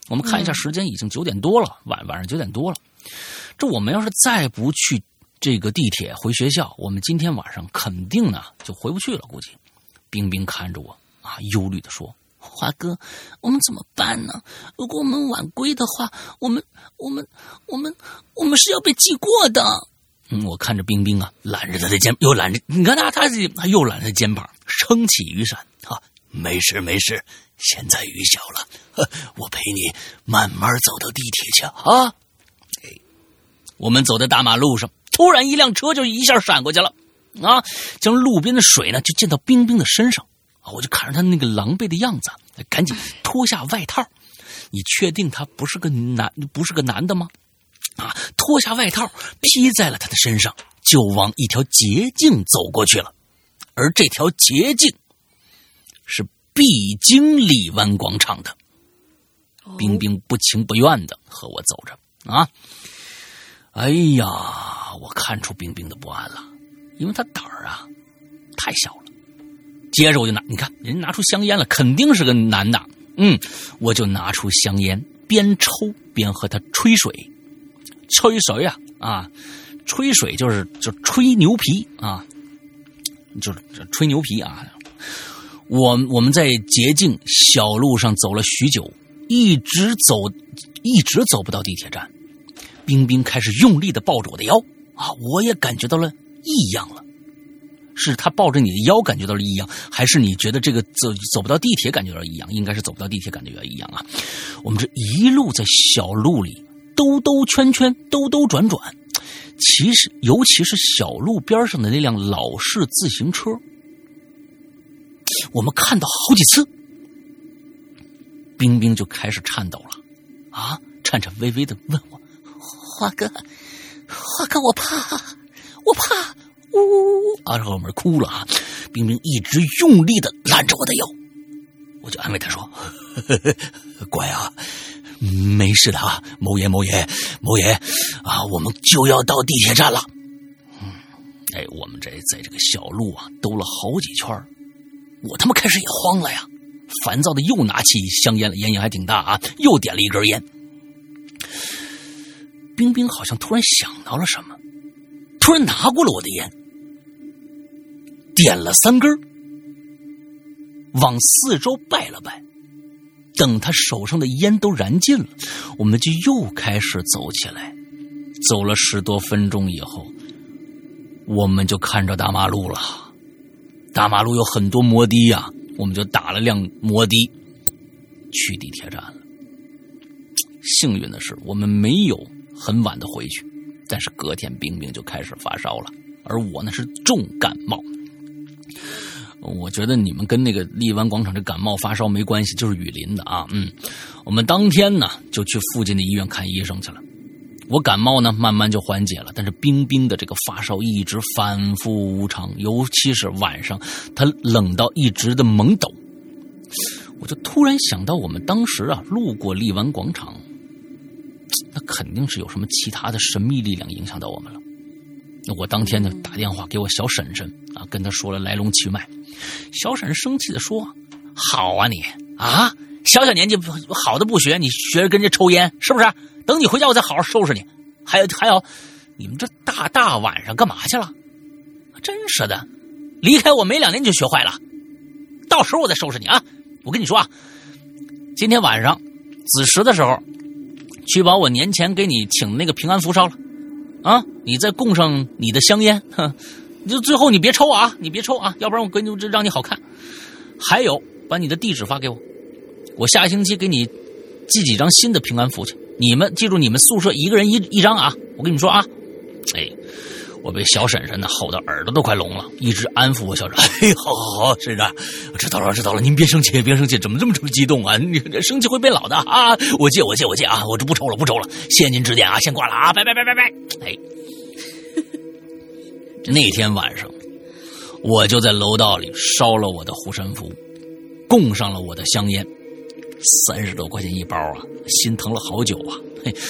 我们看一下时间，已经九点多了，晚晚上九点多了。这我们要是再不去这个地铁回学校，我们今天晚上肯定呢就回不去了。估计冰冰看着我啊，忧虑地说：“华哥，我们怎么办呢？如果我们晚归的话，我们我们我们我们是要被记过的。”嗯，我看着冰冰啊，揽着他的肩，又揽着，你看他他他又揽着肩膀，撑起雨伞啊，没事没事，现在雨小了，呵，我陪你慢慢走到地铁去啊。哎，我们走在大马路上，突然一辆车就一下闪过去了，啊，将路边的水呢就溅到冰冰的身上。我就看着他那个狼狈的样子，赶紧脱下外套。你确定他不是个男，不是个男的吗？啊！脱下外套披在了他的身上，就往一条捷径走过去了。而这条捷径是必经荔湾广场的。冰冰不情不愿的和我走着啊！哎呀，我看出冰冰的不安了，因为他胆儿啊太小了。接着我就拿，你看人拿出香烟了，肯定是个男的。嗯，我就拿出香烟，边抽边和他吹水。吹水呀、啊，啊，吹水就是就吹牛皮啊，就是吹牛皮啊。我我们在捷径小路上走了许久，一直走，一直走不到地铁站。冰冰开始用力的抱着我的腰啊，我也感觉到了异样了。是他抱着你的腰感觉到了异样，还是你觉得这个走走不到地铁感觉到异样？应该是走不到地铁感觉到异样啊。我们这一路在小路里兜兜圈圈，兜兜转转，其实尤其是小路边上的那辆老式自行车，我们看到好几次。冰冰就开始颤抖了啊，颤颤巍巍的问我：“华哥，华哥，我怕，我怕。”呜呜呜！啊，然后我们哭了啊！冰冰一直用力的揽着我的腰，我就安慰他说：“呵呵乖啊，没事的啊，某爷某爷某爷啊，我们就要到地铁站了。”嗯，哎，我们这在这个小路啊兜了好几圈，我他妈开始也慌了呀，烦躁的又拿起香烟了，烟瘾还挺大啊，又点了一根烟。冰冰好像突然想到了什么，突然拿过了我的烟，点了三根，往四周拜了拜。等他手上的烟都燃尽了，我们就又开始走起来。走了十多分钟以后，我们就看着大马路了。大马路有很多摩的呀、啊，我们就打了辆摩的去地铁站了。幸运的是，我们没有很晚的回去，但是隔天冰冰就开始发烧了，而我呢是重感冒。我觉得你们跟那个荔湾广场这感冒发烧没关系，就是雨淋的啊。嗯，我们当天呢就去附近的医院看医生去了。我感冒呢慢慢就缓解了，但是冰冰的这个发烧一直反复无常，尤其是晚上，他冷到一直的猛抖。我就突然想到，我们当时啊路过荔湾广场，那肯定是有什么其他的神秘力量影响到我们了。我当天就打电话给我小婶婶啊，跟她说了来龙去脉。小婶生气的说：“好啊你啊，小小年纪好的不学，你学着跟着抽烟是不是？等你回家我再好好收拾你。还有还有，你们这大大晚上干嘛去了？真是的，离开我没两年就学坏了，到时候我再收拾你啊！我跟你说啊，今天晚上子时的时候，去把我年前给你请的那个平安符烧了。啊！你再供上你的香烟，哼，你就最后你别抽啊，你别抽啊，要不然我跟你这让你好看。还有，把你的地址发给我，我下星期给你寄几张新的平安符去。你们记住，你们宿舍一个人一一张啊！我跟你说啊，哎，我被小婶婶呢吼得耳朵都快聋了，一直安抚我小婶。哎，好好好，婶婶，我知道了知道了，您别生气别生气，怎么这么这么激动啊？你生气会变老的啊！我戒我戒我戒啊！我这不抽了不抽了，谢谢您指点啊，先挂了啊，拜拜拜拜拜。哎，那天晚上，我就在楼道里烧了我的护身符，供上了我的香烟，三十多块钱一包啊，心疼了好久啊。嘿，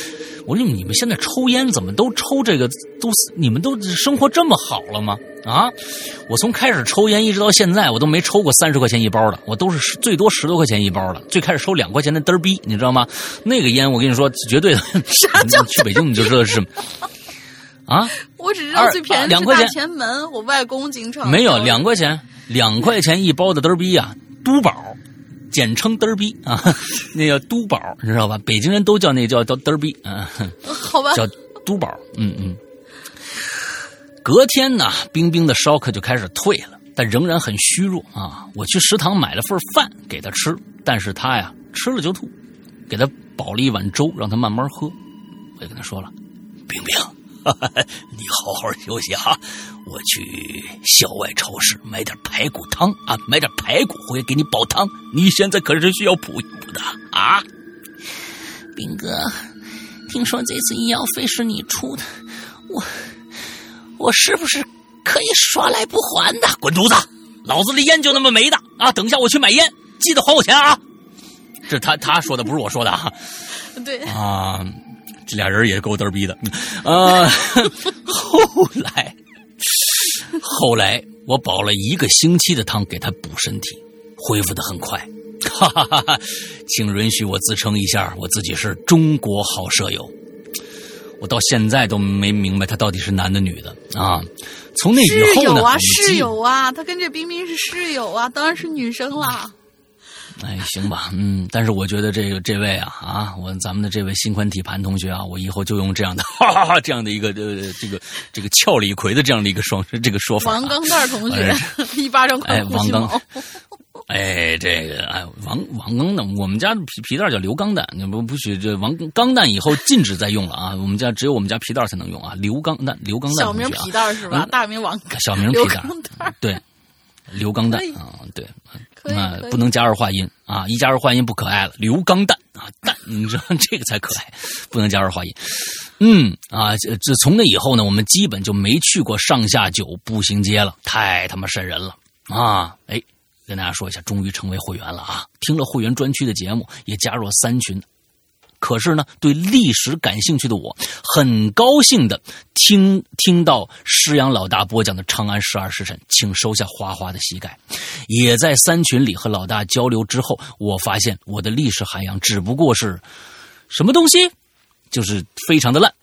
我说你们现在抽烟怎么都抽这个，都你们都生活这么好了吗？啊，我从开始抽烟一直到现在，我都没抽过三十块钱一包的，我都是最多十多块钱一包的。最开始抽两块钱的嘚儿逼，你知道吗？那个烟我跟你说绝对的， 啥叫去北京你就知道是啊。 我只知道最便宜两块钱， 大前门，我外公经常没有两块钱，两块钱一包的嘚儿逼啊，都宝。简称嘚儿逼啊，那叫都宝，你知道吧？北京人都叫那叫叫嘚儿逼啊， 好吧， 叫都宝。嗯嗯。隔天呢，冰冰的烧客就开始退了，但仍然很虚弱啊。我去食堂买了份饭给他吃，但是他呀吃了就吐，给他煲了一碗粥，让他慢慢喝。我就跟他说了，冰冰，你好好休息啊，我去校外超市买点排骨汤啊，买点排骨回来给你煲汤。你现在可是需要补一补的啊。 兵哥，听说这次医药费是你出的，我我是不是可以耍赖不还的？ 滚犊子！老子的烟就那么没的啊！等一下我去买烟，记得还我钱啊！这是他他说的，不是我说的啊。 对啊。这俩人也够嘚儿逼的，呃，后来，后来我煲了一个星期的汤给他补身体，恢复得很快，哈哈哈哈！请允许我自称一下，我自己是中国好舍友。我到现在都没明白他到底是男的女的啊！从那以后呢， 室友啊，室友啊，他跟这冰冰是室友啊，当然是女生啦。 哎，行吧，嗯，但是我觉得这个这位啊啊，我咱们的这位心宽体盘同学啊，我以后就用这样的哈哈哈这样的一个呃这个这个俏李逵的这样的一个双这个说法、啊。 王钢蛋同学，哎、一巴掌哎，王钢， 哎，这个哎，王王钢蛋，我们家皮皮蛋叫刘钢蛋，你不不许这王钢蛋以后禁止再用了啊！我们家只有我们家皮蛋才能用啊，刘钢蛋，刘钢蛋、啊。 小名皮蛋是吧？嗯、大名王， 小名皮蛋，对。刘钢蛋啊，对，啊，不能加儿化音啊，一加儿化音不可爱了。刘钢蛋啊，蛋，你知道这个才可爱，不能加儿化音。嗯啊，这这从那以后呢，我们基本就没去过上下九步行街了，太他妈瘆人了啊！哎，跟大家说一下，终于成为会员了啊！听了会员专区的节目，也加入了三群。可是呢，对历史感兴趣的我，很高兴的听听到施阳老大播讲的《长安十二时辰》，请收下花花的膝盖。也在三群里和老大交流之后，我发现我的历史涵养只不过是什么东西，就是非常的烂。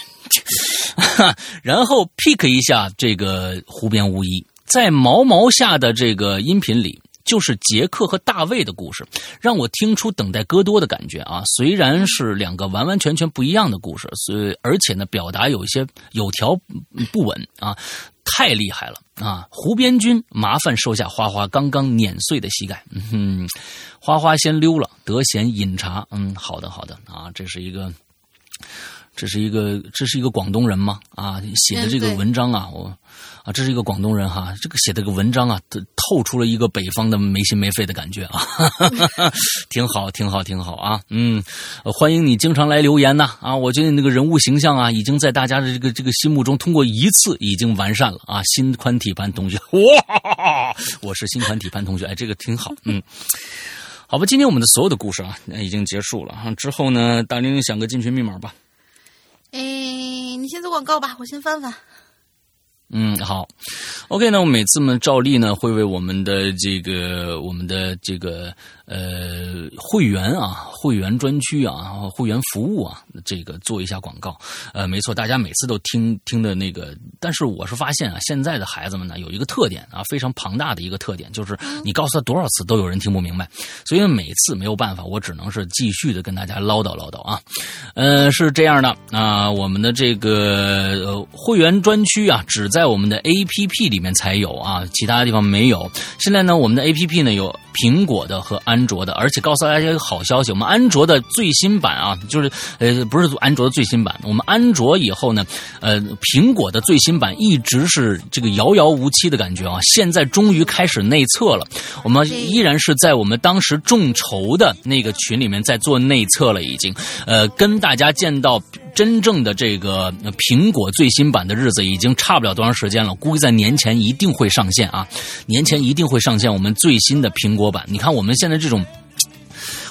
然后 pick 一下这个湖边无疑，在毛毛下的这个音频里。就是杰克和大卫的故事，让我听出等待戈多的感觉啊！虽然是两个完完全全不一样的故事，所以而且呢，表达有一些有条不紊啊，太厉害了啊！湖边君，麻烦收下花花刚刚碾碎的膝盖。嗯哼，花花先溜了，得闲饮茶。嗯，好的好的啊，这是一个。这是一个，这是一个广东人吗？啊，写的这个文章啊，我啊，这是一个广东人哈，这个写的个文章啊，透出了一个北方的没心没肺的感觉啊，挺好，挺好，挺好啊，嗯，欢迎你经常来留言呐啊，我觉得那个人物形象啊，已经在大家的这个这个心目中通过一次已经完善了啊，心宽体盘同学，哇，我是心宽体盘同学，哎，这个挺好，嗯。好吧，今天我们的所有的故事啊，已经结束了哈。之后呢，大玲想个进群密码吧。 哎，你先做广告吧，我先翻翻。 嗯，好 ，OK 呢，我每次呢，照例呢会为我们的这个我们的这个呃会员啊、会员专区啊、会员服务啊，这个做一下广告。呃，没错，大家每次都听听的那个，但是我是发现啊，现在的孩子们呢有一个特点啊，非常庞大的一个特点，就是你告诉他多少次都有人听不明白，所以每次没有办法，我只能是继续的跟大家唠叨唠叨啊。呃，是这样的啊，我们的这个呃会员专区啊，只在在我们的 A P P 里面才有啊，其他地方没有。现在呢，我们的 A P P 呢有苹果的和安卓的，而且告诉大家一个好消息，我们安卓的最新版啊，就是呃不是安卓的最新版，我们安卓以后呢，呃苹果的最新版一直是这个遥遥无期的感觉啊，现在终于开始内测了。我们依然是在我们当时众筹的那个群里面在做内测了，已经呃跟大家见到真正的这个苹果最新版的日子已经差不了多长时间了，估计在年前一定会上线啊，年前一定会上线我们最新的苹果版。你看我们现在这种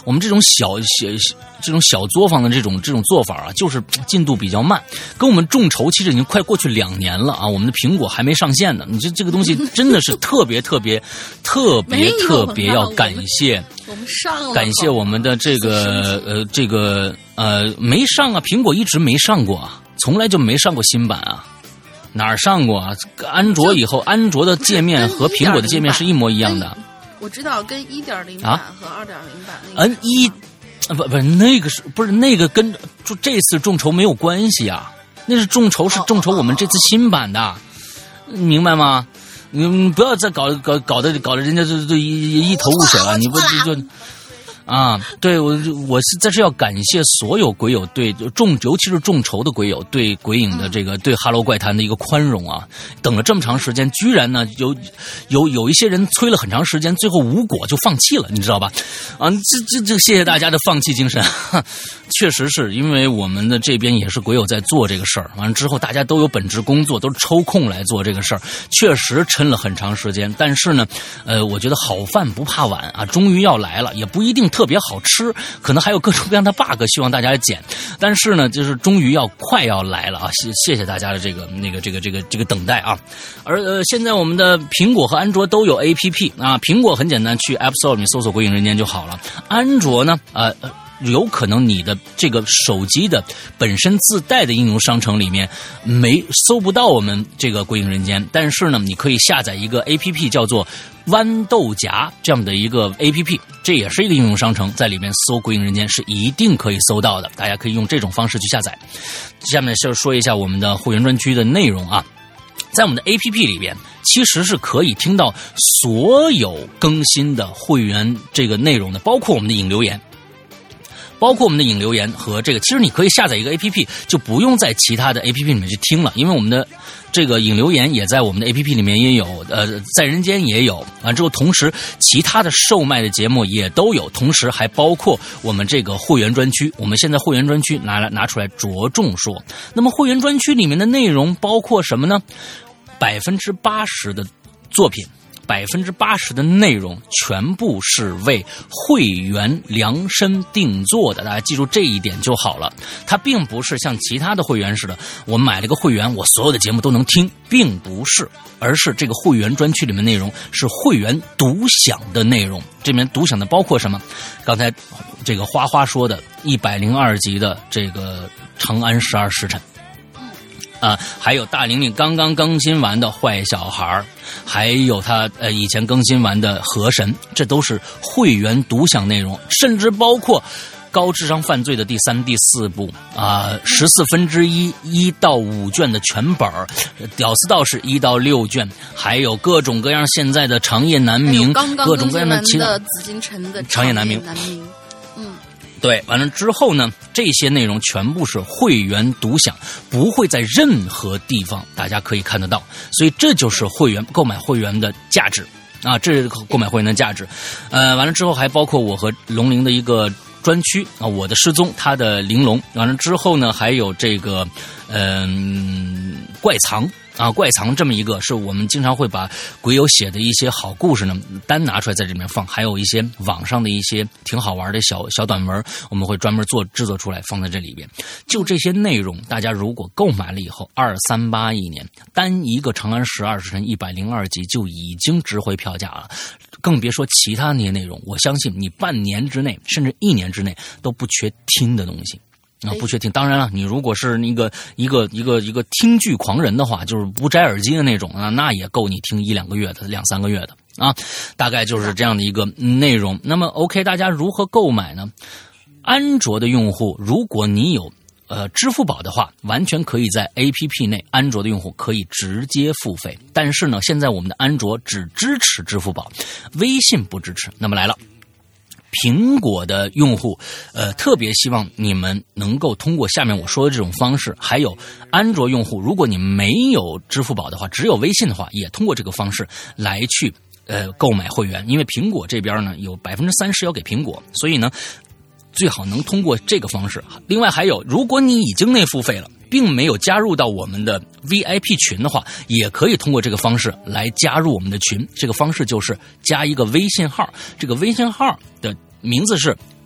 我们这种小小这种小作坊的这种这种做法啊，就是进度比较慢。跟我们众筹其实已经快过去两年了啊，我们的苹果还没上线呢。你这这个东西真的是特别特别特别特别要感谢， 我们上了， 感谢我们的这个呃这个呃没上啊，苹果一直没上过啊，从来就没上过新版啊。哪儿上过啊？安卓以后，安卓的界面和苹果的界面是一模一样的。 我知道，跟一点零版和二点零版那个。 N 一，不不，那个是不是那个跟就这次众筹没有关系啊？那是众筹，是众筹我们这次新版的，哦哦哦明白吗？你不要再搞搞搞得搞得人家就就一一头雾水了，你不就就。啊，对我我是这是要感谢所有鬼友对众，尤其是众筹的鬼友对鬼影的这个对哈喽怪谈的一个宽容啊！等了这么长时间，居然呢有有有一些人催了很长时间，最后无果就放弃了，你知道吧？啊，这这这谢谢大家的放弃精神，确实是因为我们的这边也是鬼友在做这个事儿，完了之后大家都有本职工作，都是抽空来做这个事儿，确实撑了很长时间。但是呢，呃，我觉得好饭不怕晚啊，终于要来了，也不一定特别好吃，可能还有各种各样的 bug， 希望大家捡。但是呢，就是终于要快要来了啊！谢谢谢大家的这个那个这个这个这个等待啊。而呃，现在我们的苹果和安卓都有 A P P 啊，苹果很简单，去 App Store 里面搜索“鬼影人间”就好了。安卓呢，呃。有可能你的这个手机的本身自带的应用商城里面没搜不到我们这个鬼影人间，但是呢，你可以下载一个 A P P 叫做豌豆荚这样的一个 A P P， 这也是一个应用商城，在里面搜鬼影人间是一定可以搜到的，大家可以用这种方式去下载。下面就说一下我们的会员专区的内容啊。在我们的 A P P 里边，其实是可以听到所有更新的会员这个内容的，包括我们的引留言。包括我们的引留言和这个，其实你可以下载一个 A P P， 就不用在其他的 A P P 里面去听了，因为我们的这个引留言也在我们的 A P P 里面也有，呃，在人间也有，完之后同时其他的售卖的节目也都有，同时还包括我们这个会员专区。我们现在会员专区拿来拿出来着重说，那么会员专区里面的内容包括什么呢？百分之八十的作品。百分之八十的内容全部是为会员量身定做的，大家记住这一点就好了。它并不是像其他的会员似的，我买了个会员，我所有的节目都能听，并不是，而是这个会员专区里面内容是会员独享的内容。这边独享的包括什么？刚才这个花花说的一百零二集的这个《长安十二时辰》。啊，还有大玲玲刚刚更新完的坏小孩，还有他呃以前更新完的河神，这都是会员独享内容，甚至包括高智商犯罪的第三、第四部啊，十四分之一一到五卷的全本儿，屌丝道士一到六卷，还有各种各样现在的长夜难明，各种各样的其他紫禁城的长夜难明， 嗯。 对，完了之后呢，这些内容全部是会员独享，不会在任何地方大家可以看得到，所以这就是会员购买会员的价值啊，这是购买会员的价值。呃，完了之后还包括我和龙鳞的一个专区啊，我的失踪，他的玲珑。完了之后呢，还有这个嗯、呃、怪藏。啊，怪藏这么一个是我们经常会把鬼友写的一些好故事呢单拿出来在这里面放，还有一些网上的一些挺好玩的小小短文，我们会专门做制作出来放在这里边。就这些内容，大家如果购买了以后，二三八一年单一个《长安十二时辰》一百零二集就已经值回票价了，更别说其他那些内容。我相信你半年之内甚至一年之内都不缺听的东西。啊，不缺听。当然了，你如果是一个一个一个一个听剧狂人的话，就是不摘耳机的那种啊，那也够你听一两个月的、两三个月的啊。大概就是这样的一个内容。那么 ，OK， 大家如何购买呢？安卓的用户，如果你有呃支付宝的话，完全可以在 A P P 内，安卓的用户可以直接付费。但是呢，现在我们的安卓只支持支付宝，微信不支持。那么来了。苹果的用户，呃，特别希望你们能够通过下面我说的这种方式，还有安卓用户，如果你没有支付宝的话，只有微信的话，也通过这个方式来去呃购买会员。因为苹果这边呢有百分之三十要给苹果，所以呢最好能通过这个方式。另外还有，如果你已经内付费了，并没有加入到我们的 V I P 群的话，也可以通过这个方式来加入我们的群。这个方式就是加一个微信号，这个微信号的名字是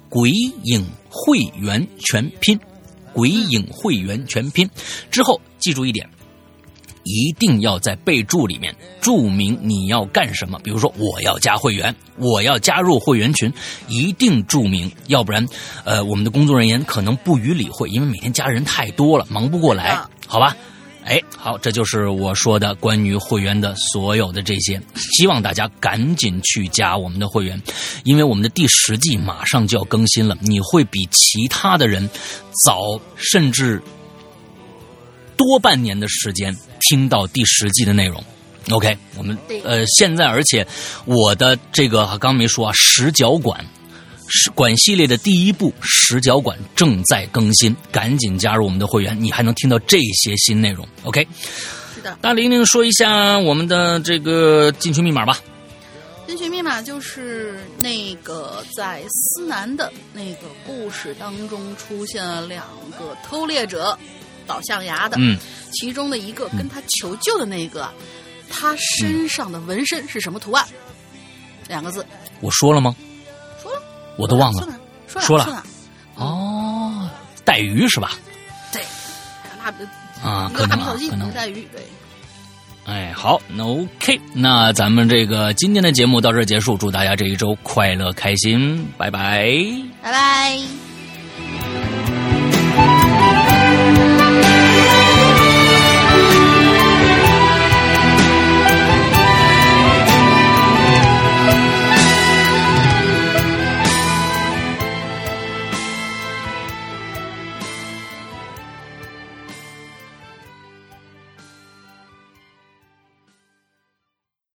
鬼影会员全拼，鬼影会员全拼。之后记住一点，一定要在备注里面注明你要干什么，比如说我要加会员，我要加入会员群，一定注明，要不然呃我们的工作人员可能不予理会，因为每天加人太多了，忙不过来，好吧？哎，好，这就是我说的关于会员的所有的这些，希望大家赶紧去加我们的会员，因为我们的第十季马上就要更新了，你会比其他的人早甚至多半年的时间听到第十季的内容。OK， 我们呃现在，而且我的这个刚刚没说啊，十角馆馆系列的第一部十角馆正在更新，赶紧加入我们的会员，你还能听到这些新内容。OK， 是的。 那玲玲说一下我们的这个进群密码吧。 进群密码就是那个在思南的那个故事当中出现了两个偷猎者倒象牙的， 嗯， 其中的一个跟他求救的那个，嗯、他身上的纹身是什么图案？嗯、两个字。我说了吗？ 说了， 我都忘了。 说了， 说了。 说了哦，带鱼是吧？ 对，那啊，可能啊，可能带鱼对。 哎，好，那 OK， 那咱们这个今天的节目到这儿结束，祝大家这一周快乐开心，拜拜， 拜拜。